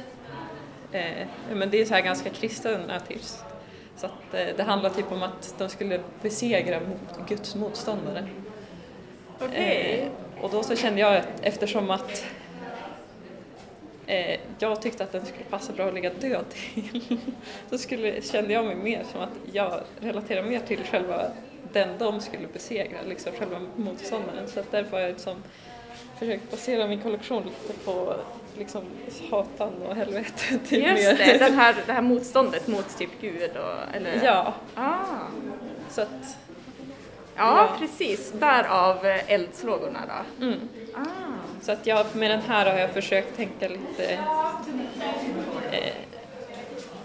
eh, men det är så här ganska kristen artist. Så att eh, det handlar typ om att de skulle besegra mot Guds motståndare. Okej. Eh, och då så kände jag att eftersom att eh, jag tyckte att den skulle passa bra att ligga död till så skulle, kände jag mig mer som att jag relaterar mer till själva den de skulle besegra, liksom själva motståndaren. Så att därför har jag liksom försökt basera min kollektion lite på liksom Satan och helvetet. Typ just det, den här, det här motståndet mot typ Gud och, eller? Ja. Ah. Så att, ja, ja, precis. Därav eldslågorna då. Mm. Ah. Så att jag, med den här har jag försökt tänka lite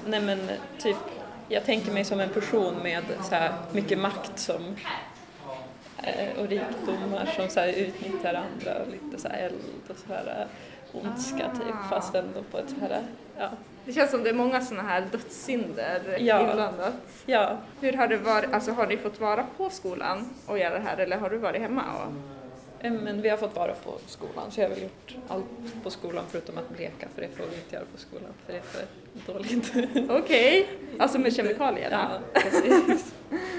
nej men typ, jag tänker mig som en person med så här mycket makt som, eh, och rikdomar som så här utnyttjar andra och lite så här eld och så här ondska ah. typ, fast ändå på ett så här, ja. Det känns som det är många såna här dödssynder ja. inblandat. Ja. Hur har det varit, alltså har ni fått vara på skolan och göra det här eller har du varit hemma? Och... Men vi har fått vara på skolan, så jag har väl gjort allt på skolan förutom att bleka, för det får vi inte göra på skolan, för det är för dåligt. Okej, okay. Alltså med kemikalierna? Ja, precis.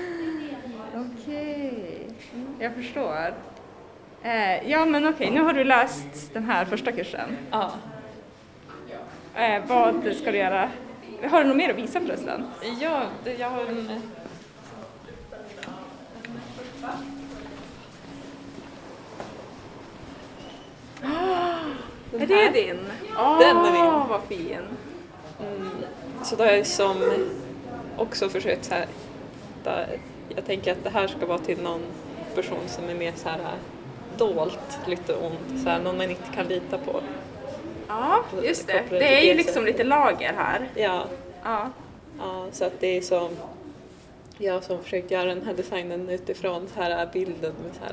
Okej, okay. Jag förstår. Eh, ja men okej, okay. Nu har du läst den här första kursen. Ja. Eh, vad ska du göra? Har du något mer att visa förresten? Ja, det, jag har en... Den är det din? Oh, den är min. Vad fin. Mm. Så då har jag som också försökt så här, där, jag tänker att det här ska vara till någon person som är mer så här dolt, lite ont, så här, någon man inte kan lita på. Ja, just det. Det är ju liksom lite lager här. Ja. Ja. Ja, så att det är som jag som försökt göra den här designen utifrån så här bilden med så här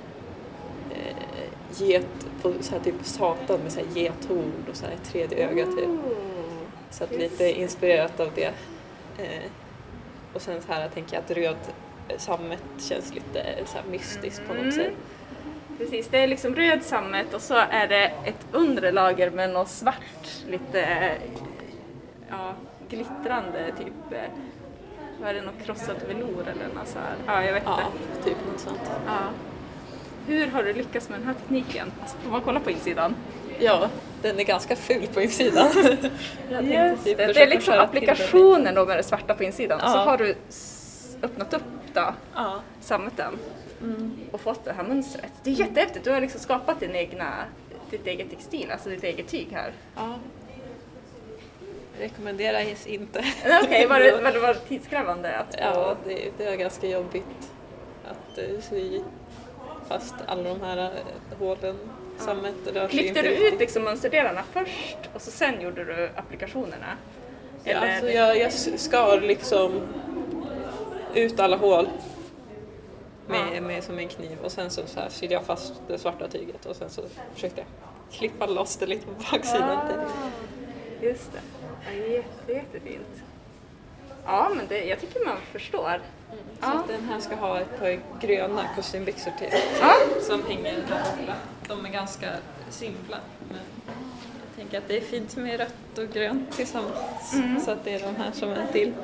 eh, get på så här typ satan med så här gethorn och så här ett tredje öga typ. Så att lite inspirerat av det. Eh, och sen så här tänker jag att röd sammet känns lite så här mystiskt på något mm. sätt. Precis, det är liksom röd sammet och så är det ett undre lager med något svart, lite ja, glittrande typ. Vad är det, något krossat velour eller något så här? Ja, jag vet ja, inte. Typ något sånt. Ja. Hur har du lyckats med den här tekniken? Får man kolla på insidan? Ja, den är ganska ful på insidan. Just typ det, det är liksom applikationen då med det svarta på insidan. Ja. Så har du öppnat upp då, ja. sammeten mm. och fått det här mönstret. Det är jättehäftigt, du har liksom skapat din egna, ditt eget textil, alltså ditt eget tyg här. Ja. Rekommenderas inte. Okej, okay, var, det, var det var tidskrävande? Att ja, det, det är ganska jobbigt att uh, sy fast alla de här uh, hålen ja. sammet rör sig. Klippte du ut liksom mönsterdelarna först och så sen gjorde du applikationerna? Ja, alltså jag, jag skar liksom ut alla hål med, ja. med som en kniv och sen så, så här sydde jag fast det svarta tyget och sen så försökte jag klippa loss det lite på baksidan. Ah, just det. Ja, jätte, jättefint. Ja, men det, jag tycker man förstår. Mm, så ja. att den här ska ha ett par gröna kostymbyxor till ja. som hänger där borta. De är ganska simpla, men jag tänker att det är fint med rött och grönt tillsammans. Mm. Så att det är de här som är till.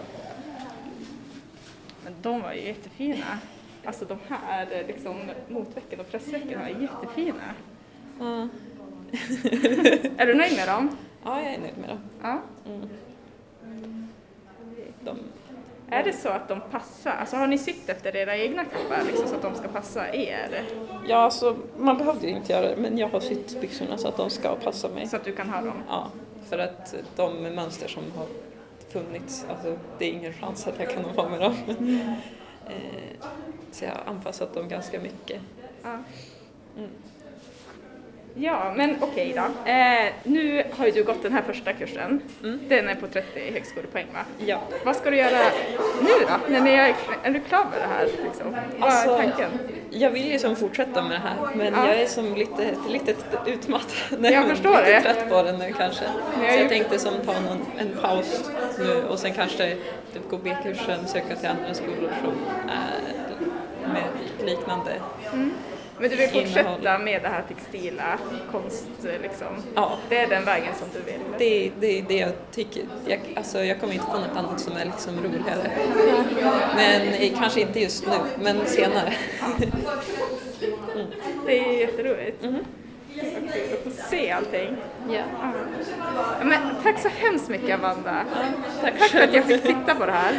Men de var ju jättefina. Alltså de här liksom, motvecken och pressvecken var jättefina. Ja. Är du nöjd med dem? Ja, jag är nöjd med dem. Ja. Mm. De, är det så att de passar? Alltså har ni sytt efter era egna kroppar liksom, så att de ska passa er? Ja, alltså, man behövde ju inte göra det, men jag har sytt byxorna så att de ska passa mig. Så att du kan ha dem? Ja, för att de mönster som har funnits, alltså, det är ingen chans att jag kan ha med dem. Mm. eh, så jag har anpassat dem ganska mycket. Ja. Mm. Ja, men okej då. Eh, nu har ju du gått den här första kursen. Mm. Den är på trettio högskolepoäng, va? Ja. Vad ska du göra nu då? Nej, men jag, är du klar med det här? Liksom? Vad alltså, är tanken? Jag vill ju som fortsätta med det här, men ja. jag är som lite, lite utmattad. Jag jag förstår lite det. trött på den nu kanske. Jag Så jag ju... tänkte som ta någon, en paus nu och sen kanske typ gå B-kursen, söka till andra skolor som är med liknande. Mm. Men du vill fortsätta innehåll. Med det här textila konst liksom? Ja. Det är den vägen som du vill? Det är det, det jag tycker. Jag, alltså, jag kommer inte på något annat som är liksom roligare. Men kanske inte just nu, men senare. mm. Det är jätteroligt. Mm. Vad kul att få se allting. Ja. Ja. Men, tack så hemskt mycket, Amanda. Ja, tack, tack för att jag fick titta på det här.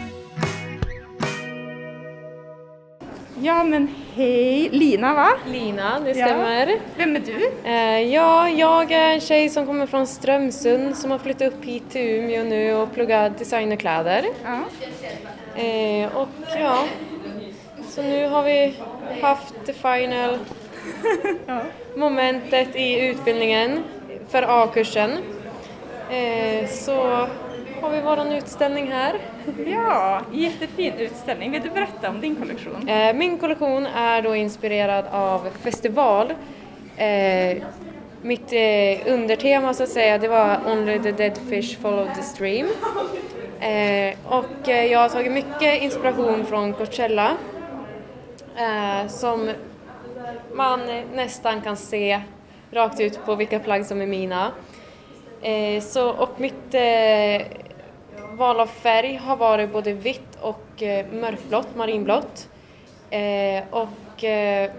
Ja, men hej. Lina, va? Lina, det stämmer. Ja. Vem är du? Eh, ja, jag är en tjej som kommer från Strömsund som har flyttat upp hit till Umeå nu och pluggat designerkläder. Ja. Eh, och ja, så nu har vi haft det final ja. momentet i utbildningen för A-kursen. Eh, så har vi våran utställning här. Ja, jättefin utställning. Vill du berätta om din kollektion? Eh, min kollektion är då inspirerad av festival. Eh, mitt eh, undertema så att säga, det var Only the dead fish follow the stream. Eh, och eh, jag har tagit mycket inspiration från Coachella. Eh, som man nästan kan se rakt ut på vilka plagg som är mina. Eh, så, och mitt eh, val av färg har varit både vitt och eh, mörkblått, marinblått. Eh, och eh,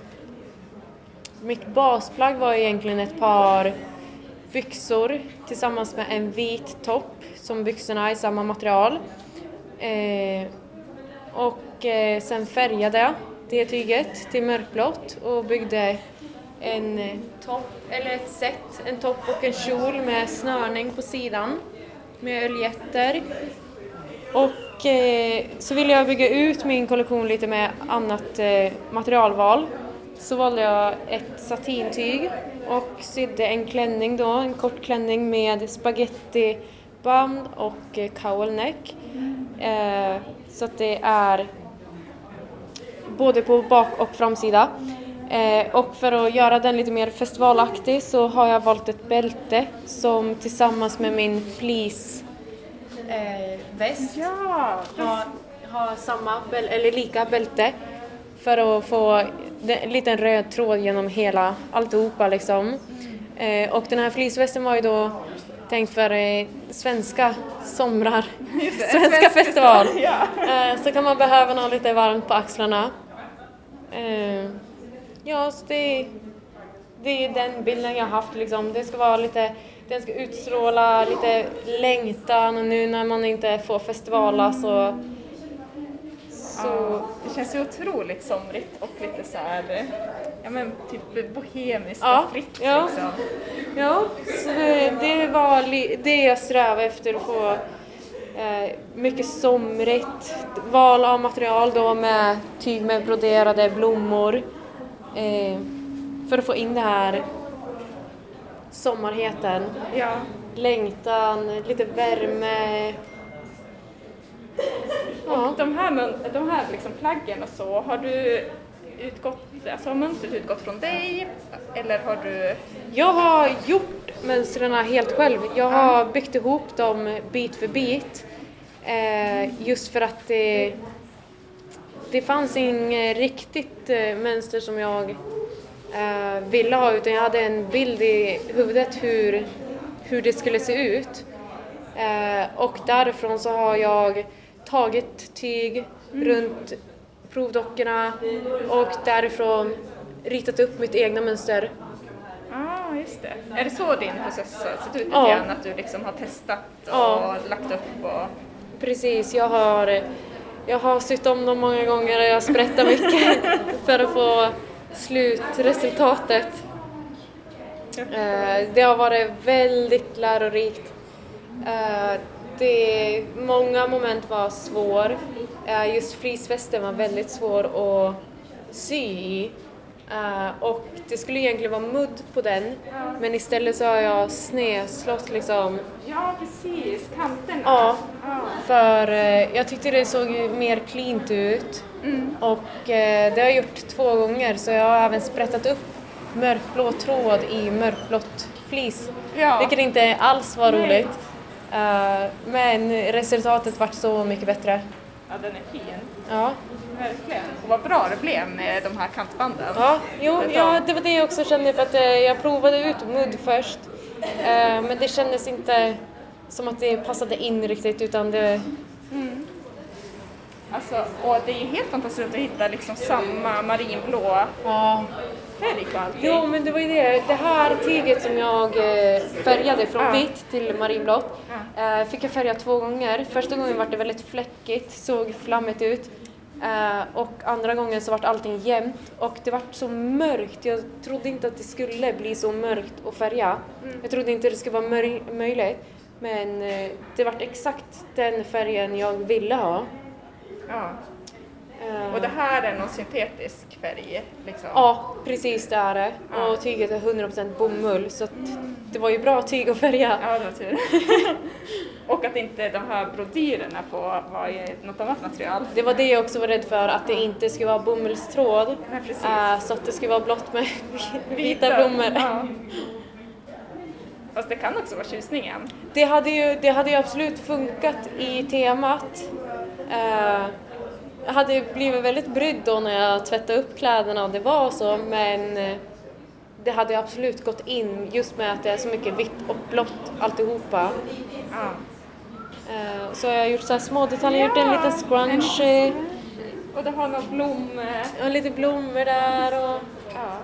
mitt basplagg var egentligen ett par byxor tillsammans med en vit topp som byxorna i samma material. Eh, och eh, sen färgade jag det tyget till mörkblått och byggde en topp, eller ett set, en topp och en kjol med snörning på sidan med öljetter. Och eh, så ville jag bygga ut min kollektion lite med annat eh, materialval. Så valde jag ett satintyg och sydde en klänning då, en kort klänning med spagettiband och eh, cowlneck. Eh, så att det är både på bak- och framsida. Eh, och för att göra den lite mer festivalaktig så har jag valt ett bälte som tillsammans med min fleece eh, väst Ja, har, har samma bäl- eller lika bälte för att få en liten röd tråd genom hela alltihopa liksom. Eh, och den här fleecevästen var ju då tänkt för eh, svenska somrar, svenska festival. Ja. Eh, så kan man behöva något lite varmt på axlarna. Eh, ja, så det, det är den bilden jag har haft liksom. Det ska vara lite, den ska utstråla lite längtan och nu när man inte får festivala så... så Ja, det känns ju otroligt somrigt och lite så här, ja men typ bohemiskt Ja, och fritt ja. liksom. Ja, så det, det var li, det jag strävade efter att få eh, mycket somrigt. Val av material då med tyg med broderade blommor. Eh, för att få in det här sommarheten. Ja. Längtan, lite värme. Ja. Och de här, mun- de här liksom plaggen och så, har du utgått, alltså har mönstret utgått från dig eller har du... Jag har gjort mönstren helt själv. Jag har byggt ihop dem bit för bit. Eh, just för att det, det fanns inget riktigt eh, mönster som jag eh, ville ha, utan jag hade en bild i huvudet hur, hur det skulle se ut. Eh, och därifrån så har jag tagit tyg mm. runt provdockorna och därifrån ritat upp mitt egna mönster. Ja, ah, just det. Är det så din process har sett ut? Ja. Igen, att du liksom har testat och Ja. lagt upp och... Precis, jag har, jag har sytt om dem många gånger och jag har sprättat mycket för att få slutresultatet. Eh, det har varit väldigt lärorikt. Eh, det, många moment var svår. Eh, just fleecevästen var väldigt svår att sy i. Uh, och det skulle egentligen vara mudd på den, ja. Men istället så har jag snedslått liksom. Ja, precis, kanterna. Ja, ja. För uh, jag tyckte det såg ju mer cleant ut. Mm. Och uh, det har jag gjort två gånger, så jag har även sprättat upp mörkblå tråd i mörkblått fleece. Ja. Vilket inte alls var Nej. roligt. Uh, men resultatet var så mycket bättre. Ja, den är fin. Ja. Verkligen. Och vad bra det blev med de här kantbanden. Ja, jo, ja, det var det jag också kände, för att eh, jag provade ut mudd först. Eh, men det kändes inte som att det passade in riktigt, utan det... Mm. Alltså, och det är ju helt fantastiskt att hitta liksom samma marinblå ja. färg på allting. Jo, men det var ju det. Det här tyget som jag eh, färgade från ja. vitt till marinblått ja. eh, fick jag färga två gånger. Första gången var det väldigt fläckigt, såg flammigt ut. Uh, och andra gången så var allting jämnt och det var så mörkt. Jag trodde inte att det skulle bli så mörkt att färga. Mm. Jag trodde inte det skulle vara mör- möjligt. Men uh, det var exakt den färgen jag ville ha. Ja. Och det här är någon syntetisk färg? Liksom. Ja, precis det är det. Ja. Och tyget är hundra procent bomull, så att det var ju bra tyg att färga. Ja, det var tur. Och att inte de här brodyrerna på var i något annat material. Det var det jag också var rädd för, att det inte skulle vara bomullstråd. Nej, precis. Äh, så att det skulle vara blått med vita blommor. Ja. Fast det kan också vara tjusningen. Det hade ju, det hade ju absolut funkat i temat. Uh, jag hade blivit väldigt brydd då när jag tvättade upp kläderna och det var så, men det hade absolut gått in just med att det är så mycket vitt och blått alltihopa. Ja. Uh, så jag har gjort så här små detaljer, gjort en liten scrunchie. Och det har några blom... Och lite blommor där och... Ja.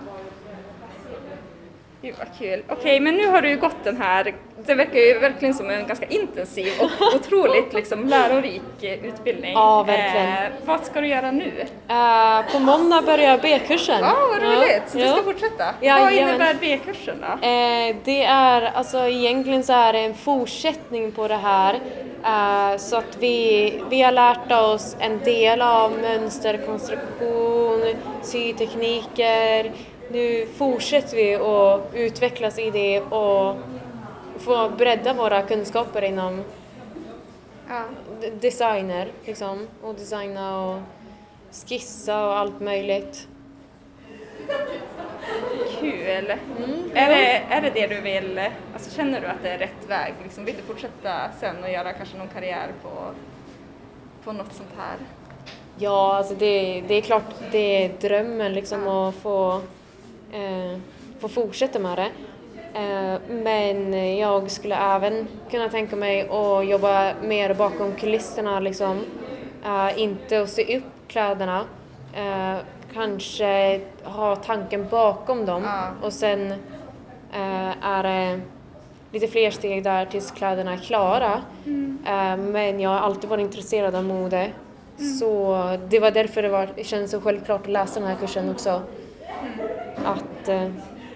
Gud vad kul. Okej, okay, men nu har du ju gått den här, det verkar ju verkligen som en ganska intensiv och otroligt liksom lärorik utbildning. Ja, verkligen. Eh, vad ska du göra nu? Uh, på måndag börjar B-kursen. Ja, oh, vad roligt. Så ja. du ska ja. fortsätta. Ja, vad jamen. innebär B-kursen då? Uh, det är, alltså egentligen så är det en fortsättning på det här. Uh, så att vi, vi har lärt oss en del av mönsterkonstruktion, sytekniker. Nu fortsätter vi att utvecklas i det och få bredda våra kunskaper inom ja. d- designer liksom, och designa och skissa och allt möjligt. Kul! Mm, är, det, är det det du vill, alltså känner du att det är rätt väg? Liksom, vill du fortsätta sen och göra kanske någon karriär på, på något sånt här? Ja, alltså det, det är klart det är drömmen liksom att få Eh, få fortsätta med det. Eh, men jag skulle även kunna tänka mig att jobba mer bakom kulisserna liksom. Eh, inte att sy upp kläderna. Eh, kanske ha tanken bakom dem. Ja. Och sen eh, är det lite fler steg där tills kläderna är klara. Mm. Eh, men jag har alltid varit intresserad av mode. Mm. Så det var därför det, var, det kändes så självklart att läsa den här kursen också. Att, eh...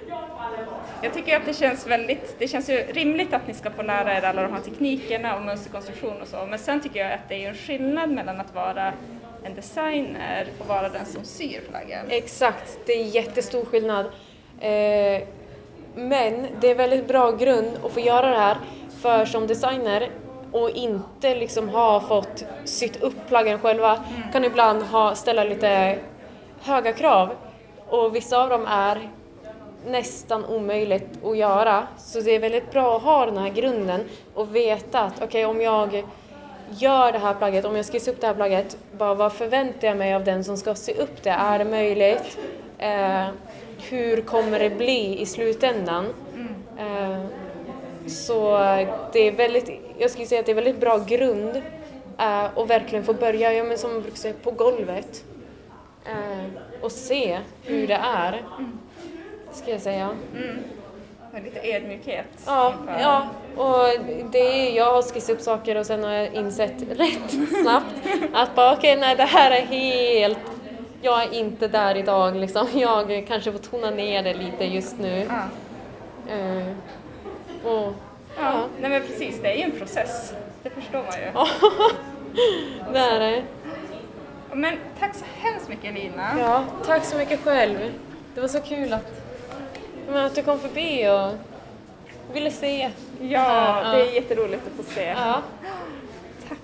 Jag tycker att det känns väldigt, det känns ju rimligt att ni ska få lära er alla de här teknikerna och mönsterkonstruktion och så. Men sen tycker jag att det är en skillnad mellan att vara en designer och vara den som syr plaggen. Exakt, det är jättestor skillnad. Eh, men det är väldigt bra grund att få göra det här. För som designer och inte liksom ha fått sytt upp plaggen själva mm. kan ibland ha, ställa lite höga krav. Och vissa av dem är nästan omöjligt att göra. Så det är väldigt bra att ha den här grunden och veta att okej, okay, om jag gör det här plagget, om jag ska sy upp det här plagget, bara vad förväntar jag mig av den som ska sy upp det? Är det möjligt? Eh, hur kommer det bli i slutändan? Eh, så det är väldigt, jag skulle säga att det är väldigt bra grund eh, och verkligen få börja, ja, men som man brukar säga, på golvet. Eh, och se hur det är, mm. ska jag säga. Mm. Lite ödmjukhet. Ja, ja, och det är, jag har skissat upp saker och sen har jag insett rätt snabbt att bara okej, okay, nej, det här är helt, jag är inte där idag liksom. Jag kanske får tona ner det lite just nu. Ja. Eh, och, ja. ja, nej men precis, det är ju en process. Det förstår man ju. Ja, det är det. Men tack så hemskt mycket, Lina. Ja, tack så mycket själv. Det var så kul att, att du kom förbi och ville se. Ja, ja, det är jätteroligt att få se. Ja. Tack.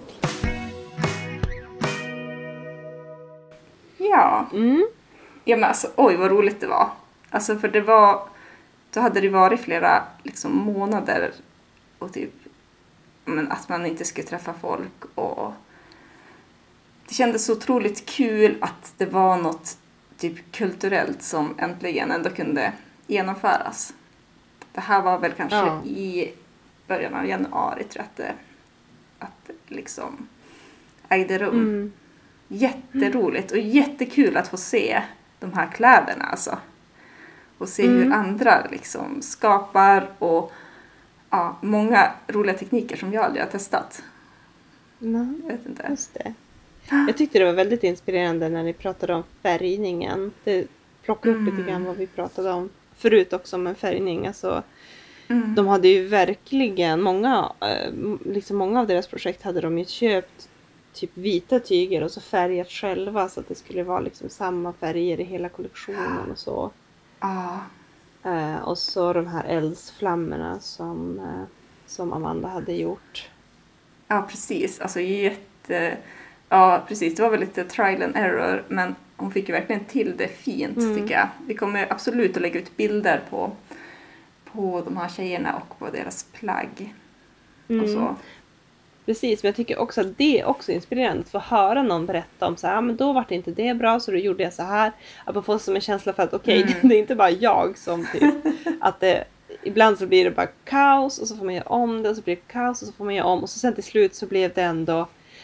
Ja. Mm. Ja, men alltså, oj vad roligt det var. Alltså för det var, då hade det varit flera liksom, månader och typ, men att man inte skulle träffa folk och det kändes så otroligt kul att det var något typ kulturellt som äntligen ändå kunde genomföras. Det här var väl kanske ja. i början av januari, tror jag att det, att det liksom ägde rum. Mm. Jätteroligt och jättekul att få se de här kläderna alltså. Och se mm. hur andra liksom skapar och ja, många roliga tekniker som jag aldrig har testat. Nej, jag vet inte. Just det. Jag tyckte det var väldigt inspirerande när ni pratade om färgningen. Det plockade upp mm. lite grann vad vi pratade om förut också med färgning. Alltså, mm. de hade ju verkligen, många, liksom många av deras projekt hade de ju köpt typ vita tyger och så färgat själva så att det skulle vara liksom samma färger i hela kollektionen och så. Ja. Eh, och så de här eldsflammorna som, eh, som Amanda hade gjort. Ja, precis. Alltså jätte... Ja, precis. Det var väl lite trial and error, men hon fick ju verkligen till det fint, mm. tycker jag. Vi kommer absolut att lägga ut bilder på, på de här tjejerna och på deras plagg. Mm. Och så. Precis, men jag tycker också att det är också inspirerande att få höra någon berätta om så här, ah, men då var det inte det bra så då gjorde jag så här. Att man får som en känsla för att okej, okay, mm. det är inte bara jag som typ, att det, ibland så blir det bara kaos och så får man göra om det och så blir det kaos och så får man göra om och så sen till slut så blev det ändå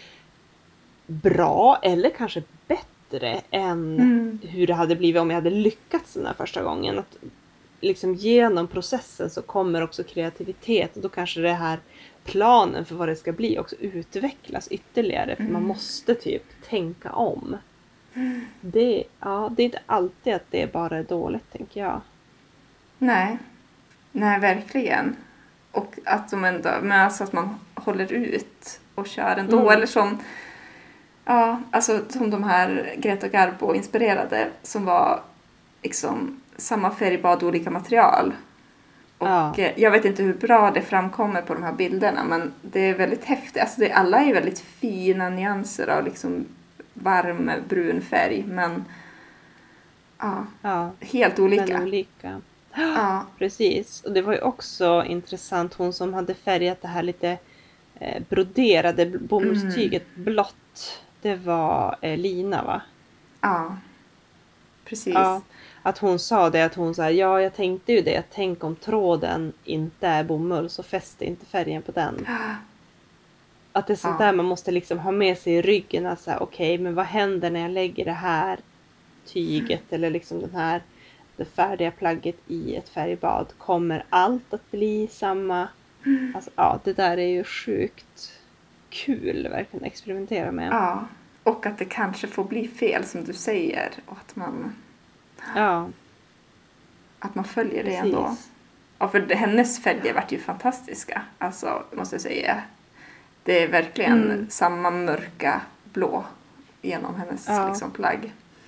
bra eller kanske bättre än mm. hur det hade blivit om jag hade lyckats den här första gången. Att liksom genom processen så kommer också kreativitet och då kanske det här planen för vad det ska bli också utvecklas ytterligare. För mm. man måste typ tänka om. Mm. Det, ja, det är inte alltid att det bara är dåligt, tänker jag. Nej, nej verkligen. Och att de ändå, men alltså att man håller ut och kör ändå. Mm. Eller som, ja, alltså som de här Greta Garbo inspirerade som var liksom samma färgbad, olika material. Och ja. Jag vet inte hur bra det framkommer på de här bilderna, men det är väldigt häftigt. Alltså det, alla är väldigt fina nyanser av liksom varm brun färg, men ja, ja. helt olika. Men olika. Ja. Precis, och det var ju också intressant, hon som hade färgat det här lite eh, broderade bomullstyget mm. blått, det var eh, Lina, va? Ja, precis. Ja. Att hon sa det, att hon sa, ja jag tänkte ju det, tänk om tråden inte är bomull så fäster inte färgen på den. Att det är sånt ja. där man måste liksom ha med sig i ryggen, att säga, okej, men vad händer när jag lägger det här tyget mm. eller liksom den här, det färdiga plagget i ett färgbad, kommer allt att bli samma? Mm. Alltså, ja, det där är ju sjukt kul verkligen att experimentera med. Ja, och att det kanske får bli fel som du säger och att man Ja. Att man följer Precis. det ändå. Ja, för det, hennes färger vart ju fantastiska. Alltså, måste jag säga. Det är verkligen mm. samma mörka blå genom hennes ja. liksom, plagg.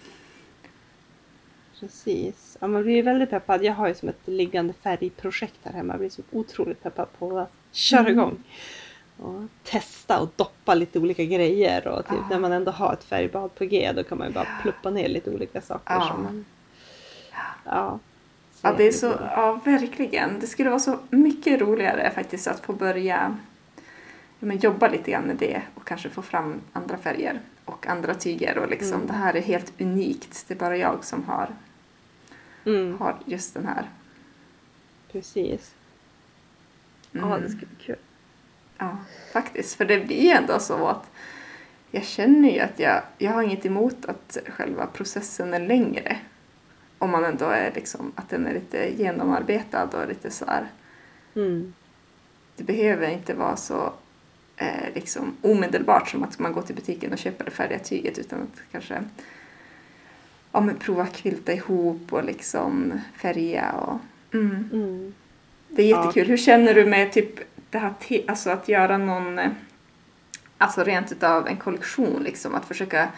Precis. Ja, man blir ju väldigt peppad. Jag har ju som ett liggande färgprojekt här hemma. Jag blir så otroligt peppad på att köra mm. igång. Och testa och doppa lite olika grejer. Och typ, ah. när man ändå har ett färgbad på G, då kan man ju bara pluppa ner lite olika saker. Ah. Som man, ja, ja, det är så, ja, verkligen. Det skulle vara så mycket roligare faktiskt att få börja ja, men jobba lite grann med det. Och kanske få fram andra färger och andra tyger. Och liksom, mm. det här är helt unikt. Det är bara jag som har, mm. har just den här. Precis. Mm. Ja, det skulle bli kul. Ja, faktiskt. För det blir ju ändå så att jag känner ju att jag, jag har inget emot att själva processen är längre. Om man ändå är liksom, att den är lite genomarbetad och lite så här. Mm. Det behöver inte vara så eh, liksom omedelbart som att man går till butiken och köper det färdiga tyget, utan att kanske ja, men prova kvilta ihop och liksom färga och mm. Mm. Det är jättekul. Ja. Hur känner du med typ det här te- alltså att göra någon alltså rent utav en kollektion liksom, att försöka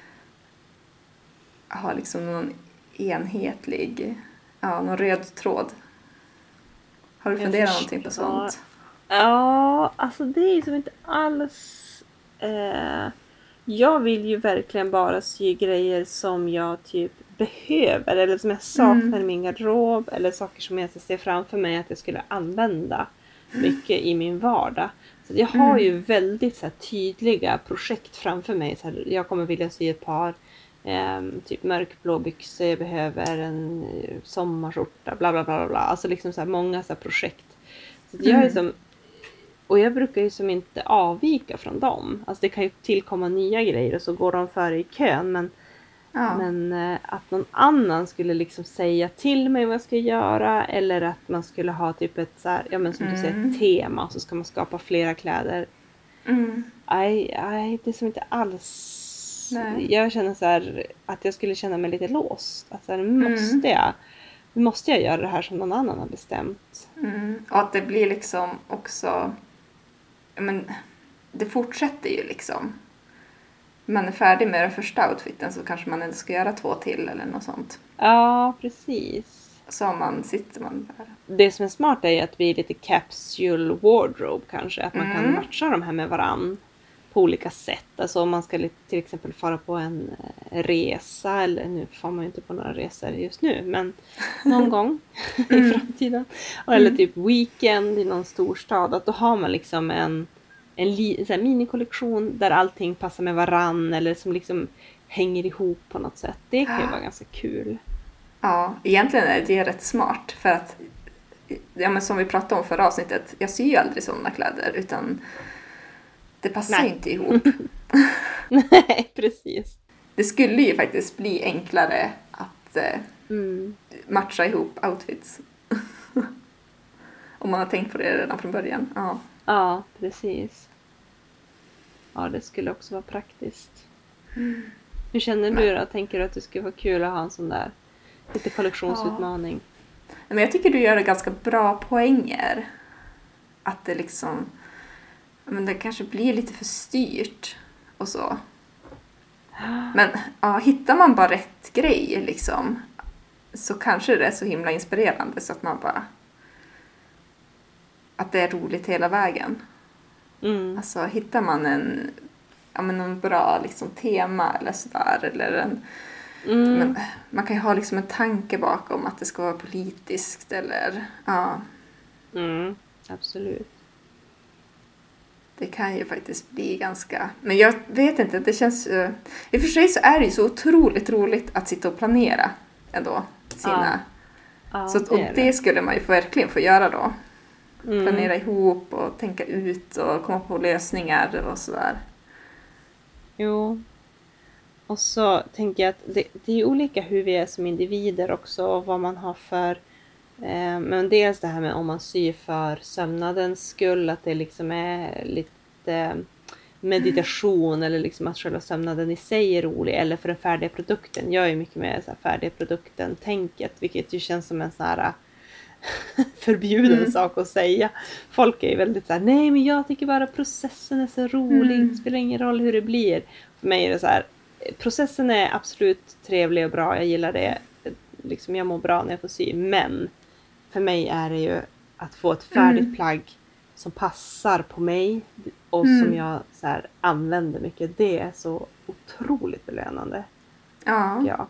ha liksom någon enhetlig ja, någon röd tråd. Har du funderat förstår. någonting på sånt? Ja, alltså det är som inte alls eh, jag vill ju verkligen bara sy grejer som jag typ behöver eller som jag saknar mm. i min garderob eller saker som jag ser framför mig att jag skulle använda mycket i min vardag. Så jag har mm. ju väldigt så här, tydliga projekt framför mig. Så här, jag kommer vilja sy ett par eh, typ mörkblå byxor. Jag behöver en eh, sommarskjorta. Bla bla bla bla. Alltså liksom så här, många så här, projekt. Så mm. jag är som, och jag brukar ju som inte avvika från dem. Alltså det kan ju tillkomma nya grejer och så går de före i kön. Men Ja. Men eh, att någon annan skulle liksom säga till mig vad jag ska göra. Eller att man skulle ha typ ett så här, ja men som mm. du säger, ett tema. Så ska man skapa flera kläder. Mm. Nej, nej, det är som inte alls. Nej. Jag känner så här att jag skulle känna mig lite låst. Att så här, måste mm. jag måste jag göra det här som någon annan har bestämt. Mm. Och att det blir liksom också, men det fortsätter ju liksom. man är färdig med den första outfiten så kanske man ändå ska göra två till eller något sånt. Ja, precis. Så man sitter man där. Det som är smart är ju att vi är lite capsule wardrobe kanske. Att man Mm. kan matcha de här med varann på olika sätt. Alltså om man ska till exempel fara på en resa. Eller nu får man ju inte på några resor just nu. Men någon gång Mm. i framtiden. Eller typ weekend i någon storstad. Att då har man liksom en, en li, så här minikollektion där allting passar med varann. Eller som liksom hänger ihop på något sätt. Det kan ju vara ganska kul. Ja, egentligen är det rätt smart för att, ja men som vi pratade om förra avsnittet, jag syr ju aldrig sådana kläder utan det passar Nej. ju inte ihop. Nej, precis. Det skulle ju faktiskt bli enklare att eh, Mm. matcha ihop outfits. Om man har tänkt på det redan från början. Ja, Ja, precis. Ja, det skulle också vara praktiskt. Hur känner du då? Tänker du att det skulle vara kul att ha en sån där lite kollektionsutmaning? men jag tycker du gör det ganska bra poänger. Att det liksom, men det kanske blir lite för styrt och så. Men ja, hittar man bara rätt grej liksom, så kanske det är så himla inspirerande så att man bara, att det är roligt hela vägen. Mm. Alltså hittar man en, ja, men en bra liksom, tema eller sådär, eller en, Mm. men, man kan ju ha liksom en tanke bakom att det ska vara politiskt eller ja, Mm. Absolut. det kan ju faktiskt bli ganska, men jag vet inte, det känns, uh, i och för sig så är det ju så otroligt roligt att sitta och planera ändå sina, Ja, så att, och det är det det. skulle man ju verkligen få göra då. Mm. Planera ihop och tänka ut och komma på lösningar och sådär. Jo. Och så tänker jag att det, det är olika hur vi är som individer också och vad man har för eh, men dels det här med om man syr för sömnadens skull, att det liksom är lite meditation eller liksom att själva sömnaden i sig är rolig, eller för den färdiga produkten. Jag är mycket med så här färdiga produkten tänket, vilket ju känns som en sån här förbjuden Mm. sak att säga. Folk är ju väldigt så här: nej men jag tycker bara processen är så rolig, Mm. det spelar ingen roll hur det blir. För mig är det så här, processen är absolut trevlig och bra, jag gillar det, liksom jag mår bra när jag får sy, men för mig är det ju att få ett färdigt Mm. plagg som passar på mig och Mm. som jag så här använder mycket. Det är så otroligt belönande. Ja, Ja.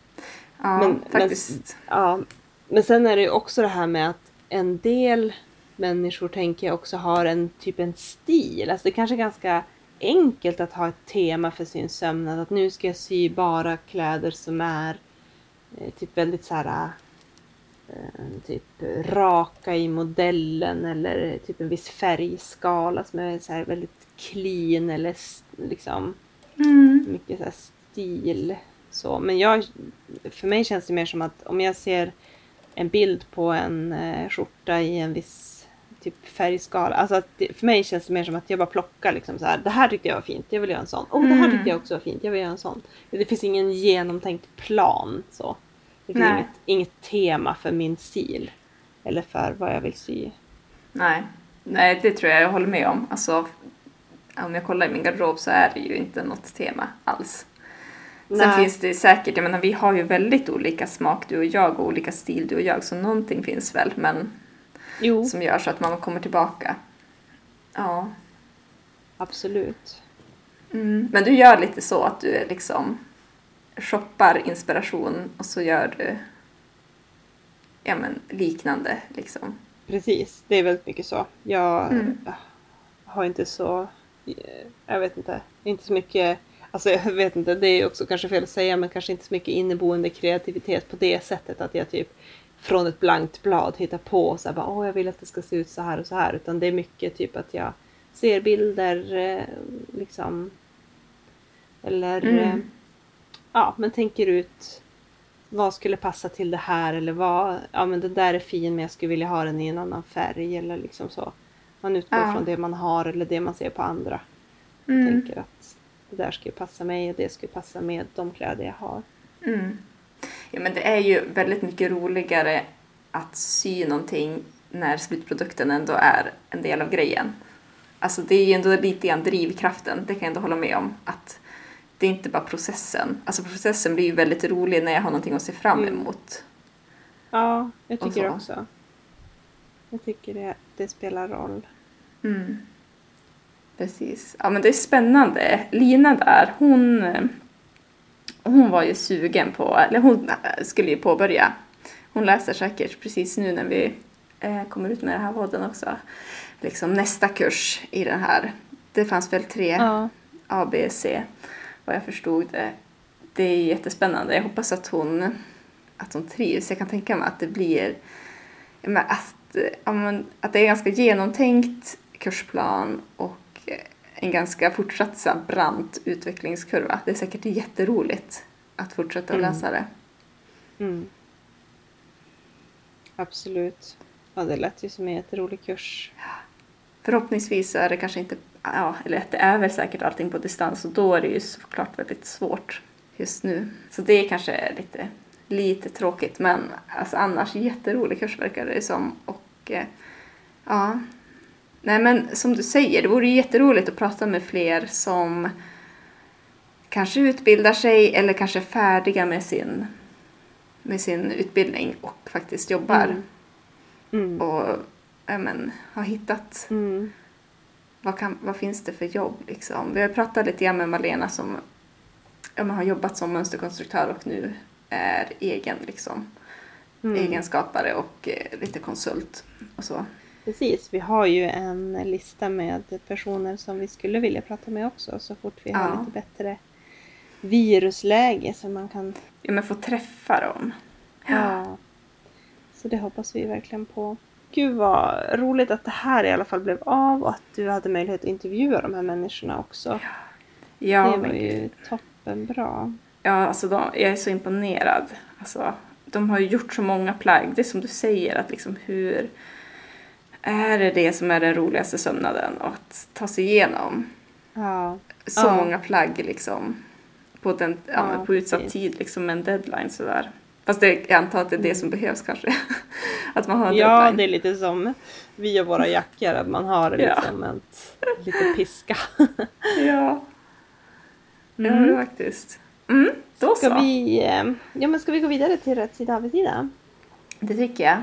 ja Men- faktiskt. Ja, men sen är det ju också det här med att en del människor tänker jag också har en typ en stil. Alltså det är kanske ganska enkelt att ha ett tema för sin sömnad. Att nu ska jag sy bara kläder som är eh, typ väldigt så här eh, typ raka i modellen, eller typ en viss färgskala som är så här väldigt clean, eller s- liksom Mm. mycket så här stil. Så, men jag, för mig känns det mer som att om jag ser en bild på en eh, skjorta i en viss typ färgskala. Alltså att det, för mig känns det mer som att jag bara plockar liksom så här. Det här tyckte jag var fint, jag vill göra en sån. Och det här Mm. tyckte jag också var fint, jag vill göra en sån. Det finns ingen genomtänkt plan så. Det finns Nej. inget, inget tema för min stil. Eller för vad jag vill sy. Nej. Nej, det tror jag jag håller med om. Alltså, om jag kollar i min garderob så är det ju inte något tema alls. Sen Nej. finns det säkert, jag menar vi har ju väldigt olika smak du och jag och olika stil du och jag, så någonting finns väl, men Jo, som gör så att man kommer tillbaka. Ja. absolut. Mm. Men du gör lite så att du är liksom shoppar inspiration och så gör du ja, men, liknande liksom. Precis, det är väldigt mycket så. Jag Mm. har inte så, jag vet inte, inte så mycket, alltså jag vet inte, det är också kanske fel att säga, men kanske inte så mycket inneboende kreativitet på det sättet att jag typ från ett blankt blad hittar på och så här bara, åh jag vill att det ska se ut så här och så här, utan det är mycket typ att jag ser bilder eh, liksom, eller Mm. eh, ja, men tänker ut vad skulle passa till det här, eller vad, ja men den där är fin men jag skulle vilja ha den i en annan färg, eller liksom så. Man utgår Ja. från det man har eller det man ser på andra. Mm. Jag tänker att det där ska ju passa mig och det ska ju passa med de kläder jag har. Mm. Ja, men det är ju väldigt mycket roligare att sy någonting när slutprodukten ändå är en del av grejen. Alltså det är ju ändå lite grann drivkraften, det kan jag ändå hålla med om. Att det är inte bara processen. Alltså processen blir ju väldigt rolig när jag har någonting att se fram emot. Ja, jag Och tycker så. också. Jag tycker det, det spelar roll. Mm. Precis. Ja, men det är spännande. Lina där, hon, hon var ju sugen på, eller hon skulle ju påbörja. Hon läser säkert precis nu när vi eh, kommer ut med den här podden också. Liksom nästa kurs i den här. Det fanns väl tre Ja. A, B, C. Vad jag förstod det. Det är jättespännande. Jag hoppas att hon, att hon trivs. Jag kan tänka mig att det blir, men att, ja, men, att det är ganska genomtänkt kursplan och en ganska fortsatt så här brant utvecklingskurva. Det är säkert jätteroligt att fortsätta Mm. läsa det. Mm. Absolut. Ja, det lät ju som en jätterolig kurs. Förhoppningsvis så är det kanske inte, ja, eller det är väl säkert allting på distans och då är det ju såklart väldigt svårt just nu. Så det är kanske lite, lite tråkigt, men alltså annars jätterolig kurs verkar det som. Och eh, ja, nej men som du säger, det vore ju jätteroligt att prata med fler som kanske utbildar sig eller kanske är färdiga med sin, med sin utbildning och faktiskt jobbar. Mm. Mm. Och ja, men, har hittat Mm. vad, kan, vad finns det för jobb liksom. Vi har pratat lite grann med Malena som ja, men, har jobbat som mönsterkonstruktör och nu är egen liksom. Mm. Egenskapare och eh, lite konsult och så. Precis, vi har ju en lista med personer som vi skulle vilja prata med också. Så fort vi har Ja. lite bättre virusläge så man kan... Ja, men få träffa dem. Ja. Så det hoppas vi verkligen på. Gud vad roligt att det här i alla fall blev av och att du hade möjlighet att intervjua de här människorna också. Ja, det var men, ju toppenbra. ja alltså de, jag är så imponerad. Alltså, de har ju gjort så många plagg. Det är som du säger, att liksom hur är det det som är den roligaste sömnaden att ta sig igenom Ja. så Ja. många plagg liksom på, den, ja, Ja, men på utsatt precis. tid liksom med en deadline sådär. Fast det, jag antar att det är det som behövs kanske. Att man har en Ja, deadline. det är lite som vi och våra jackor. Att man har Ja. liksom ett, lite piska. Ja. Ja, Mm. det faktiskt. Mm, då Ska så. vi, eh, ja, men ska vi gå vidare till rätt sida av sida? Det tycker jag.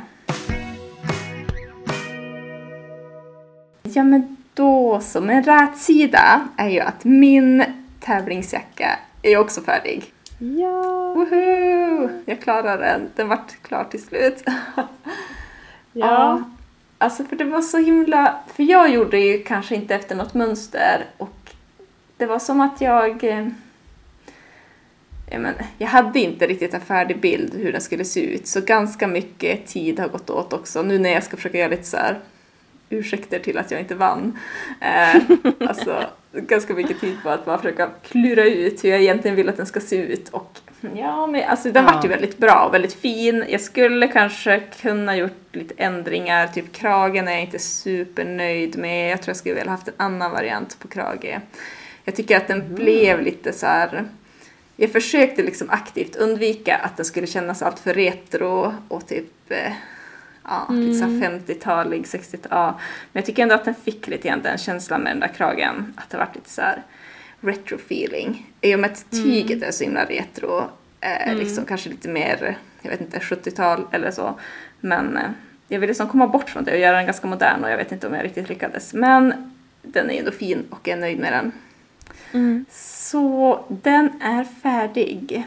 Ja, men då så. Men rätt sida är ju att min tävlingsjacka är också färdig. Ja. Woohoo! Jag klarar den. Den vart klar till slut. Ja. Alltså för det var så himla... För jag gjorde ju kanske inte efter något mönster. Och det var som att jag... eh, Jag, men, jag hade inte riktigt en färdig bild hur den skulle se ut. Så ganska mycket tid har gått åt också. Nu när jag ska försöka göra lite så här ursäkter till att jag inte vann. Eh, alltså ganska mycket tid på att bara försöka klura ut hur jag egentligen vill att den ska se ut. Och ja, men alltså den Ja. vart ju väldigt bra och väldigt fin. Jag skulle kanske kunna gjort lite ändringar. Typ kragen är jag inte supernöjd med. Jag tror jag skulle vilja haft en annan variant på krage. Jag tycker att den blev lite så här... Jag försökte liksom aktivt undvika att den skulle kännas allt för retro och typ eh, ja, Mm. lite så här femtiotalig, sextiotalig. Ja. Men jag tycker ändå att den fick lite grann den känslan med den där kragen. Att det var lite så här retro feeling. I och med att tyget är så himla retro. Eh, Mm. Liksom kanske lite mer, jag vet inte, sjuttiotal eller så. Men eh, jag vill liksom komma bort från det och göra den ganska modern. Och jag vet inte om jag riktigt lyckades. Men den är ändå fin och jag är nöjd med den. Mm. Så den är färdig.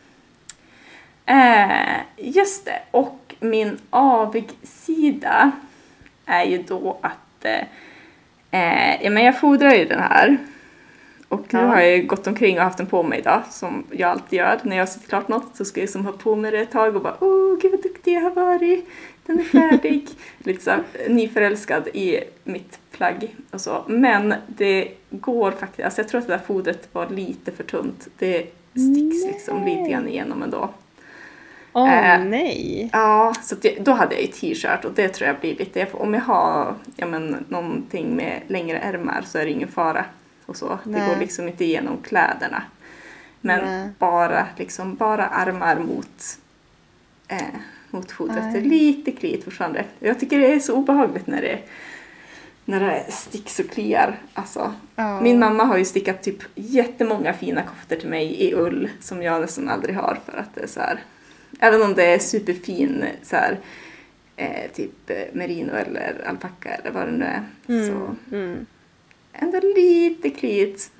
Eh, just det. Och min avigsida är ju då att eh, eh, ja, men jag fodrar ju den här. Och nu Ja. har jag ju gått omkring och haft den på mig idag. Som jag alltid gör. När jag har sett klart något så ska jag som ha på mig det ett tag och bara åh gud vad duktig jag har varit. Den är färdig. Lite så här, nyförälskad i mitt plagg och så. Men det går faktiskt, alltså jag tror att det där fodret var lite för tunt. Det sticks liksom lite grann igenom ändå. Åh Eh, nej. Ja, så att jag, då hade jag ju t-shirt och det tror jag blir lite, om jag har ja, men, någonting med längre ärmar så är det ingen fara. Och så. Det Nej. går liksom inte igenom kläderna. Men Nej. bara, liksom, bara armar mot, eh, mot fodret. Nej. Det är lite kliigt fortfarande. Jag tycker det är så obehagligt när det när det sticks och kliar. Alltså, Ja. min mamma har ju stickat typ jättemånga fina koftor till mig i ull som jag nästan aldrig har för att det är så här, även om det är superfin så här, eh, typ merino eller alpacka eller vad det nu är. Mm. Så Mm. ändå lite kliigt.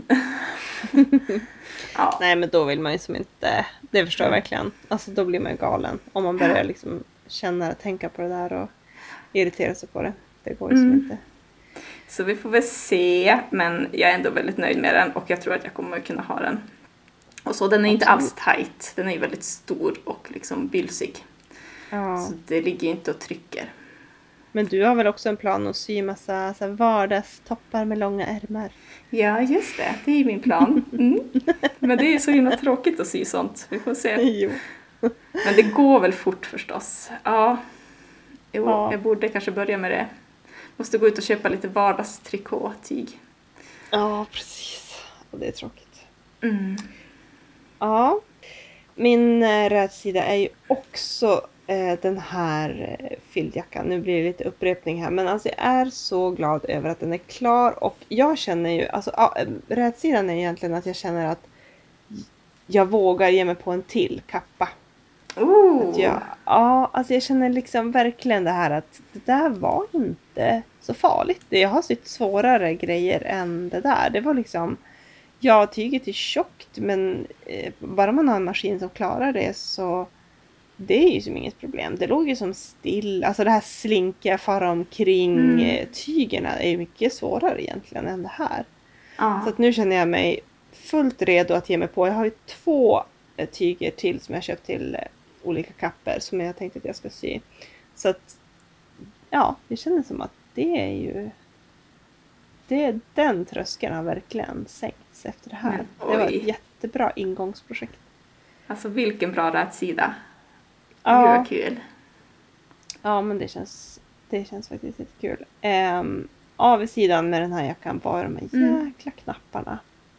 Ja. Nej, men då vill man ju som inte, det förstår jag verkligen. Alltså då blir man ju galen om man börjar liksom känna, tänka på det där och irritera sig på det. Det går ju som Mm. inte. Så vi får väl se, men jag är ändå väldigt nöjd med den och jag tror att jag kommer att kunna ha den. Och så, den är inte alls tight, den är ju väldigt stor och liksom bylsig. Ja. Så det ligger ju inte och trycker. Men du har väl också en plan att sy massa så här vardagstoppar med långa ärmar? Ja, just det. Det är min plan. Mm. Men det är så himla tråkigt att sy sånt. Vi får se. Jo. Men det går väl fort förstås. Ja, jo, Ja. jag borde kanske börja med det. Måste gå ut och köpa lite vardagstrikåtyg. Ja, precis. Och det är tråkigt. Mm. Ja. Min eh, rätsida är ju också eh, den här eh, filtjackan. Nu blir det lite upprepning här. Men alltså jag är så glad över att den är klar. Och jag känner ju, alltså ja, rätsidan är egentligen att jag känner att jag vågar ge mig på en till kappa. Oh. Att jag, ja, alltså jag känner liksom verkligen det här att det där var inte så farligt. Jag har sytt svårare grejer än det där. Det var liksom, ja, tyget är tjockt, men eh, bara man har en maskin som klarar det så det är ju som inget problem. Det låg ju som still, alltså det här slinkiga fara omkring Mm. eh, tygerna är ju mycket svårare egentligen än det här. Ja. Så att nu känner jag mig fullt redo att ge mig på. Jag har ju två eh, tyger till som jag köpt till eh, olika kapper som jag tänkte att jag ska sy. Så att ja, det känns som att det är ju det, den tröskeln har verkligen sänkts efter det här. Men, det var oj. ett jättebra ingångsprojekt. Alltså vilken bra rätsida. Ja. Gud vad kul. Ja, men det känns, det känns faktiskt lite kul. Um, avsidan med den här jackan var de här Mm. jäkla knapparna.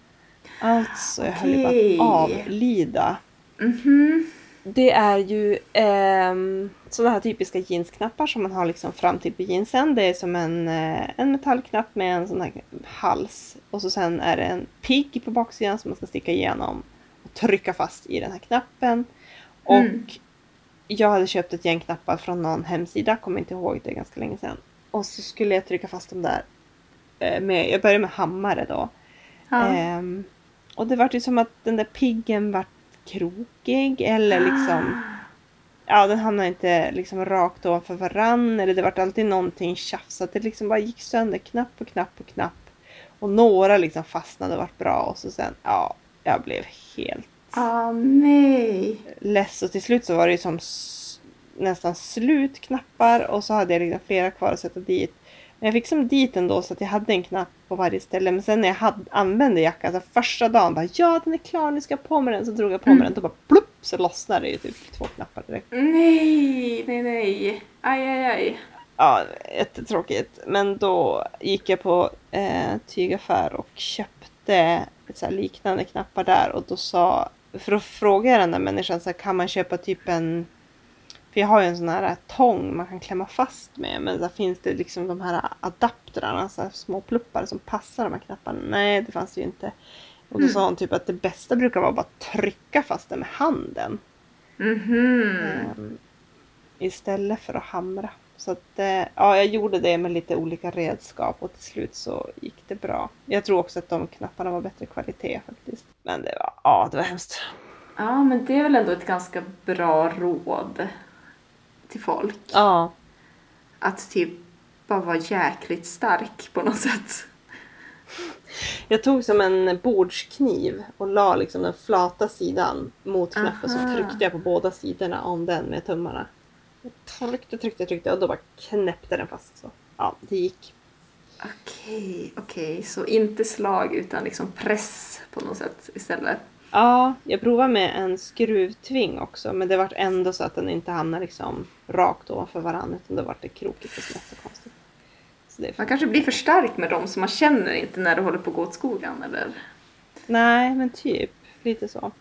Alltså, jag höll ju Okej. bara att avlida. Mhm. Det är ju um, sådana här typiska jeansknappar som man har liksom fram till på jeansen. Det är som en, eh, en metallknapp med en sån här hals. Och så sen är det en pigg på baksidan som man ska sticka igenom och trycka fast i den här knappen. Och Mm. jag hade köpt ett gäng knappar från någon hemsida, kommer inte ihåg, det är ganska länge sedan. Och så skulle jag trycka fast dem där. eh, Med, jag började med hammare då. Ja. Ehm, och det var ju som att den där piggen var krokig. Eller liksom, ja, den hamnade inte liksom rakt ovanför varann. Eller det var alltid någonting tjafs. Att det liksom bara gick sönder knapp på knapp på knapp. Och några liksom fastnade och vart bra. Och så sen, ja, jag blev helt Ah, nej. less. Och till slut så var det ju som s- nästan slut knappar. Och så hade jag liksom flera kvar att sätta dit. Men jag fick som dit ändå så att jag hade en knapp på varje ställe. Men sen när jag hade, använde jackan, alltså första dagen bara, ja den är klar, nu ska jag på med den. Så drog jag på med den och bara plupp, så lossnade det ju typ två knappar direkt. Nej, nej, nej. Aj, aj, aj. Ja, jättetråkigt. Men då gick jag på eh, tygaffär och köpte ett så här liknande knappar där. Och då sa, för att fråga den där människan så här, kan man köpa typ en, för jag har ju en sån här tång man kan klämma fast med. Men där finns det liksom de här adapterna, så här små pluppar som passar de här knapparna. Nej, det fanns ju inte. Och då Mm. sa hon typ att det bästa brukar vara bara att trycka fast den med handen. Mhm. Ehm, istället för att hamra. Så att, eh, ja, jag gjorde det med lite olika redskap och till slut så gick det bra. Jag tror också att de knapparna var bättre kvalitet faktiskt. Men det var, ja, det var hemskt. Ja, men det är väl ändå ett ganska bra råd till folk. Ja, Att typ bara vara jäkligt stark på något sätt. jag tog som en bordskniv och la liksom den flata sidan mot knappen. Så Aha. tryckte jag på båda sidorna om den med tummarna. Jag tryckte, tryckte, tryckte och då bara knäppte den fast så. Ja, det gick. Okej, okej. Så inte slag utan liksom press på något sätt istället. Ja, jag provade med en skruvtving också. Men det var ändå så att den inte hamnade liksom rakt ovanför varandra. Utan det var det krokigt och snett och konstigt. Så det Man kanske blir för stark med dem så man känner inte när du håller på att gå åt skogen eller? Nej, men typ. Lite så.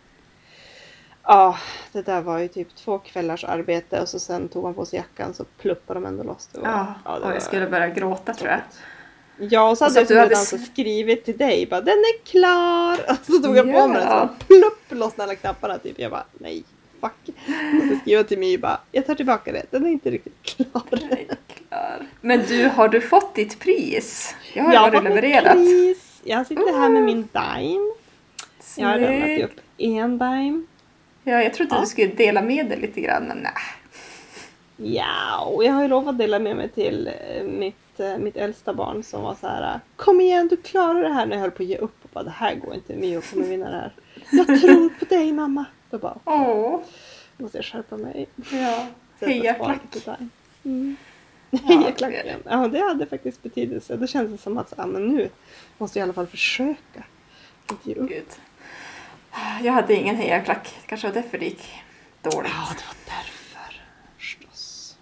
Ja, det där var ju typ två kvällars arbete. Och så sen tog man på sig jackan så pluppade de ändå loss. Det var, Ja, det och var jag skulle börja gråta tror jag. tråkigt. Ja, och så hade och så jag du hade... hade skrivit till dig. Bara, den är klar! Och så tog jag ja. på mig den. Så bara, plupp, lossnade alla knapparna. Typ. Jag bara, nej, fuck. Och så skrev jag till mig bara, jag tar tillbaka det. Den är inte riktigt klar. Nej, klar. Men du, har du fått ditt pris? Jag har, jag har du levererat. Pris. Jag sitter mm. här med min dime. Snyggt. Jag har lämnat upp en dime. Ja, jag trodde ja. du skulle dela med dig lite grann, men nej. Ja, och jag har ju lovat att dela med mig till mitt, mitt äldsta barn som var så här: kom igen, du klarar det här. När jag höll på att ge upp och bara, det här går inte, Mio kommer vinna det här. Jag tror på dig, mamma. Då bara, åh. Måste jag skärpa mig. Ja, heja klack. Mm. Heja klacken. Ja, det hade faktiskt betydelse. Det kändes som att, ja, men nu måste jag i alla fall försöka. Inte ge upp. Gud. Jag hade ingen hejaklack. Kanske var därför det gick dåligt. Ja, det var därför. Förstås.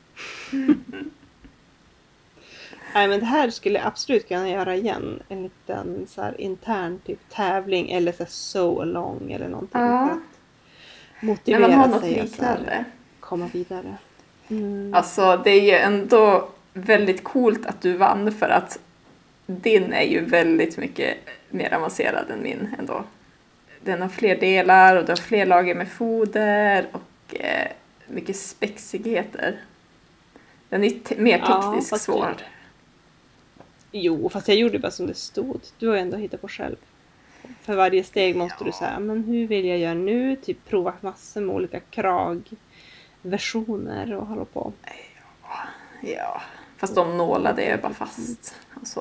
Nej, men det här skulle jag absolut kunna göra igen. En liten så här intern typ tävling. Eller så här so along eller någonting. Ja. För att motivera men man har något sig liknande. Här, komma vidare. Mm. Alltså det är ju ändå väldigt coolt att du vann. För att din är ju väldigt mycket mer avancerad än min ändå. Den har fler delar och du har fler lager med foder och eh, mycket spexigheter. Den är t- mer tekniskt ja, svår. Du... Jo, fast jag gjorde bara som det stod. Du har ju ändå hittat på själv. För varje steg måste ja. du säga, men hur vill jag göra nu? Typ prova massor med olika kragversioner och hålla på. Ja, ja. Fast de nålade är bara fast. Alltså.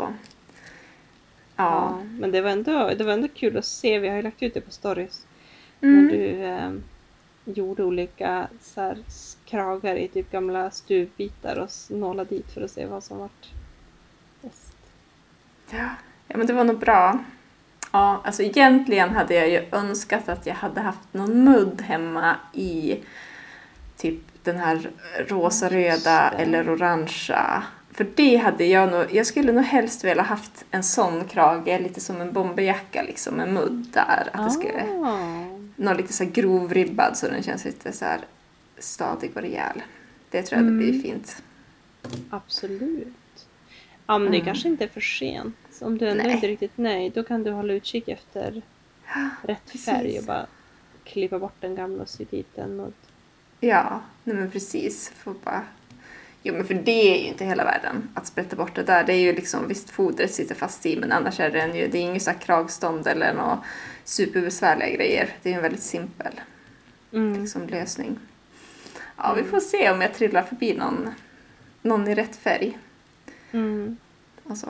Ja. ja, men det var, ändå, det var ändå kul att se. Vi har ju lagt ut det på stories. Mm. När du eh, gjorde olika så här, kragar i typ gamla stuvbitar och nålade dit för att se vad som vart bäst. Ja. ja, men det var nog bra. Ja, alltså egentligen hade jag ju önskat att jag hade haft någon mudd hemma i typ den här rosa-röda eller orangea. För det hade jag nog, jag skulle nog helst vilja haft en sån krage, lite som en bomberjacka liksom, en mudd där. Att det skulle, ah. någon lite så här grovribbad så den känns lite så här stadig och rejäl. Det tror jag mm. det blir fint. Absolut. Ja, men det mm. kanske inte är för sent. Så om du ändå Nej. inte är riktigt nöjd, då kan du hålla utkik efter rätt precis. färg och bara klippa bort den gamla och sy dit den mudd. Ja, nej men precis. Får bara... Jo, men för det är ju inte hela världen att sprätta bort det där. Det är ju liksom, visst fodret sitter fast i, men annars är det ju, det är inget så här kragstånd eller några superbesvärliga grejer. Det är en väldigt simpel mm. liksom, lösning. Ja, mm. vi får se om jag trillar förbi någon, någon i rätt färg. Mm. Alltså.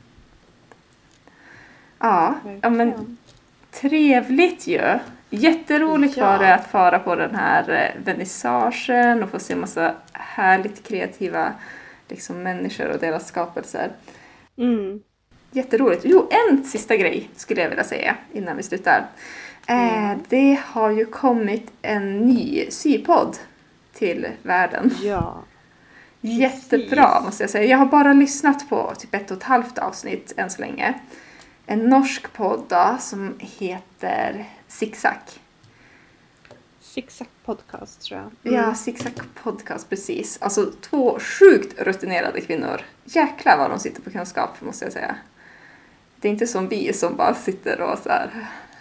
Ja, ja, men trevligt ju. Jätteroligt ja. var det att fara på den här vernissagen och få se massa härligt kreativa liksom, människor och deras skapelser. Mm. Jätteroligt. Jo, en sista grej skulle jag vilja säga innan vi slutar. Mm. Eh, det har ju kommit en ny sypodd till världen. Ja. Jättebra Precis. måste jag säga. Jag har bara lyssnat på typ ett och ett halvt avsnitt än så länge. En norsk podd då, som heter Zigzag. Zigzag podcast tror jag. Mm. Ja, Zigzag podcast, precis. Alltså två sjukt rutinerade kvinnor. Jäklar vad de sitter på kunskap, måste jag säga. Det är inte som vi som bara sitter och så här...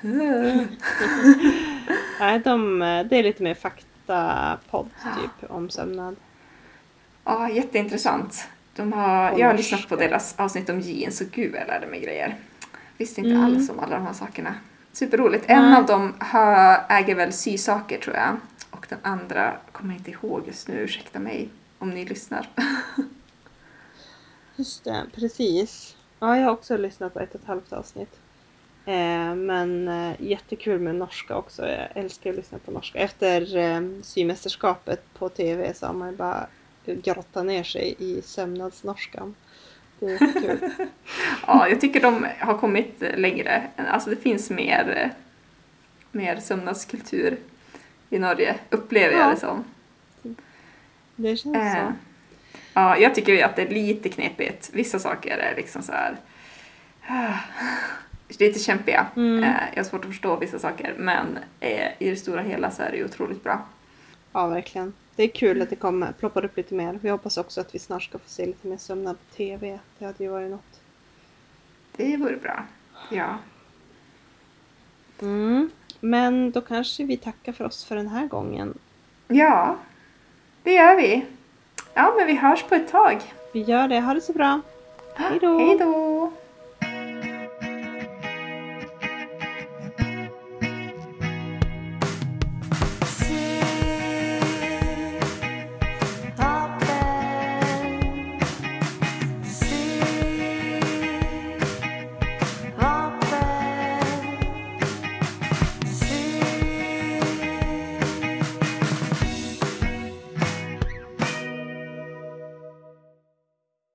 Nej, de, det är lite mer faktapodd typ om sömnad. Ja, jätteintressant. De har, jag har lyssnat på deras avsnitt om jeans och gud jag lärde mig grejer. Visste inte mm. alls om alla de här sakerna. Superroligt. En mm. av dem har, äger väl sysaker tror jag. Och den andra kommer jag inte ihåg just nu. Ursäkta mig om ni lyssnar. Just det, precis. Ja, jag har också lyssnat på ett och ett halvt avsnitt. Eh, men eh, jättekul med norska också. Jag älskar att lyssna på norska. Efter eh, symästerskapet på tv så har man bara grottat ner sig i sömnadsnorskan. Det är kul. Ja, jag tycker de har kommit längre. Alltså det finns mer, mer sömnadskultur i Norge, upplever jag ja. det som. Det känns eh, så. Ja, jag tycker ju att det är lite knepigt. Vissa saker är liksom så här... lite kämpiga. Mm. Eh, jag har svårt att förstå vissa saker, men eh, i det stora hela så är det ju otroligt bra. Ja, verkligen. Det är kul att det kommer, ploppar upp lite mer. Vi hoppas också att vi snart ska få se lite mer sömnad på tv. Det hade ju varit något. Det vore bra. Ja. Mm. Men då kanske vi tackar för oss för den här gången. Ja, det gör vi. Ja, men vi hörs på ett tag. Vi gör det. Ha det så bra. Hej då. Hej då.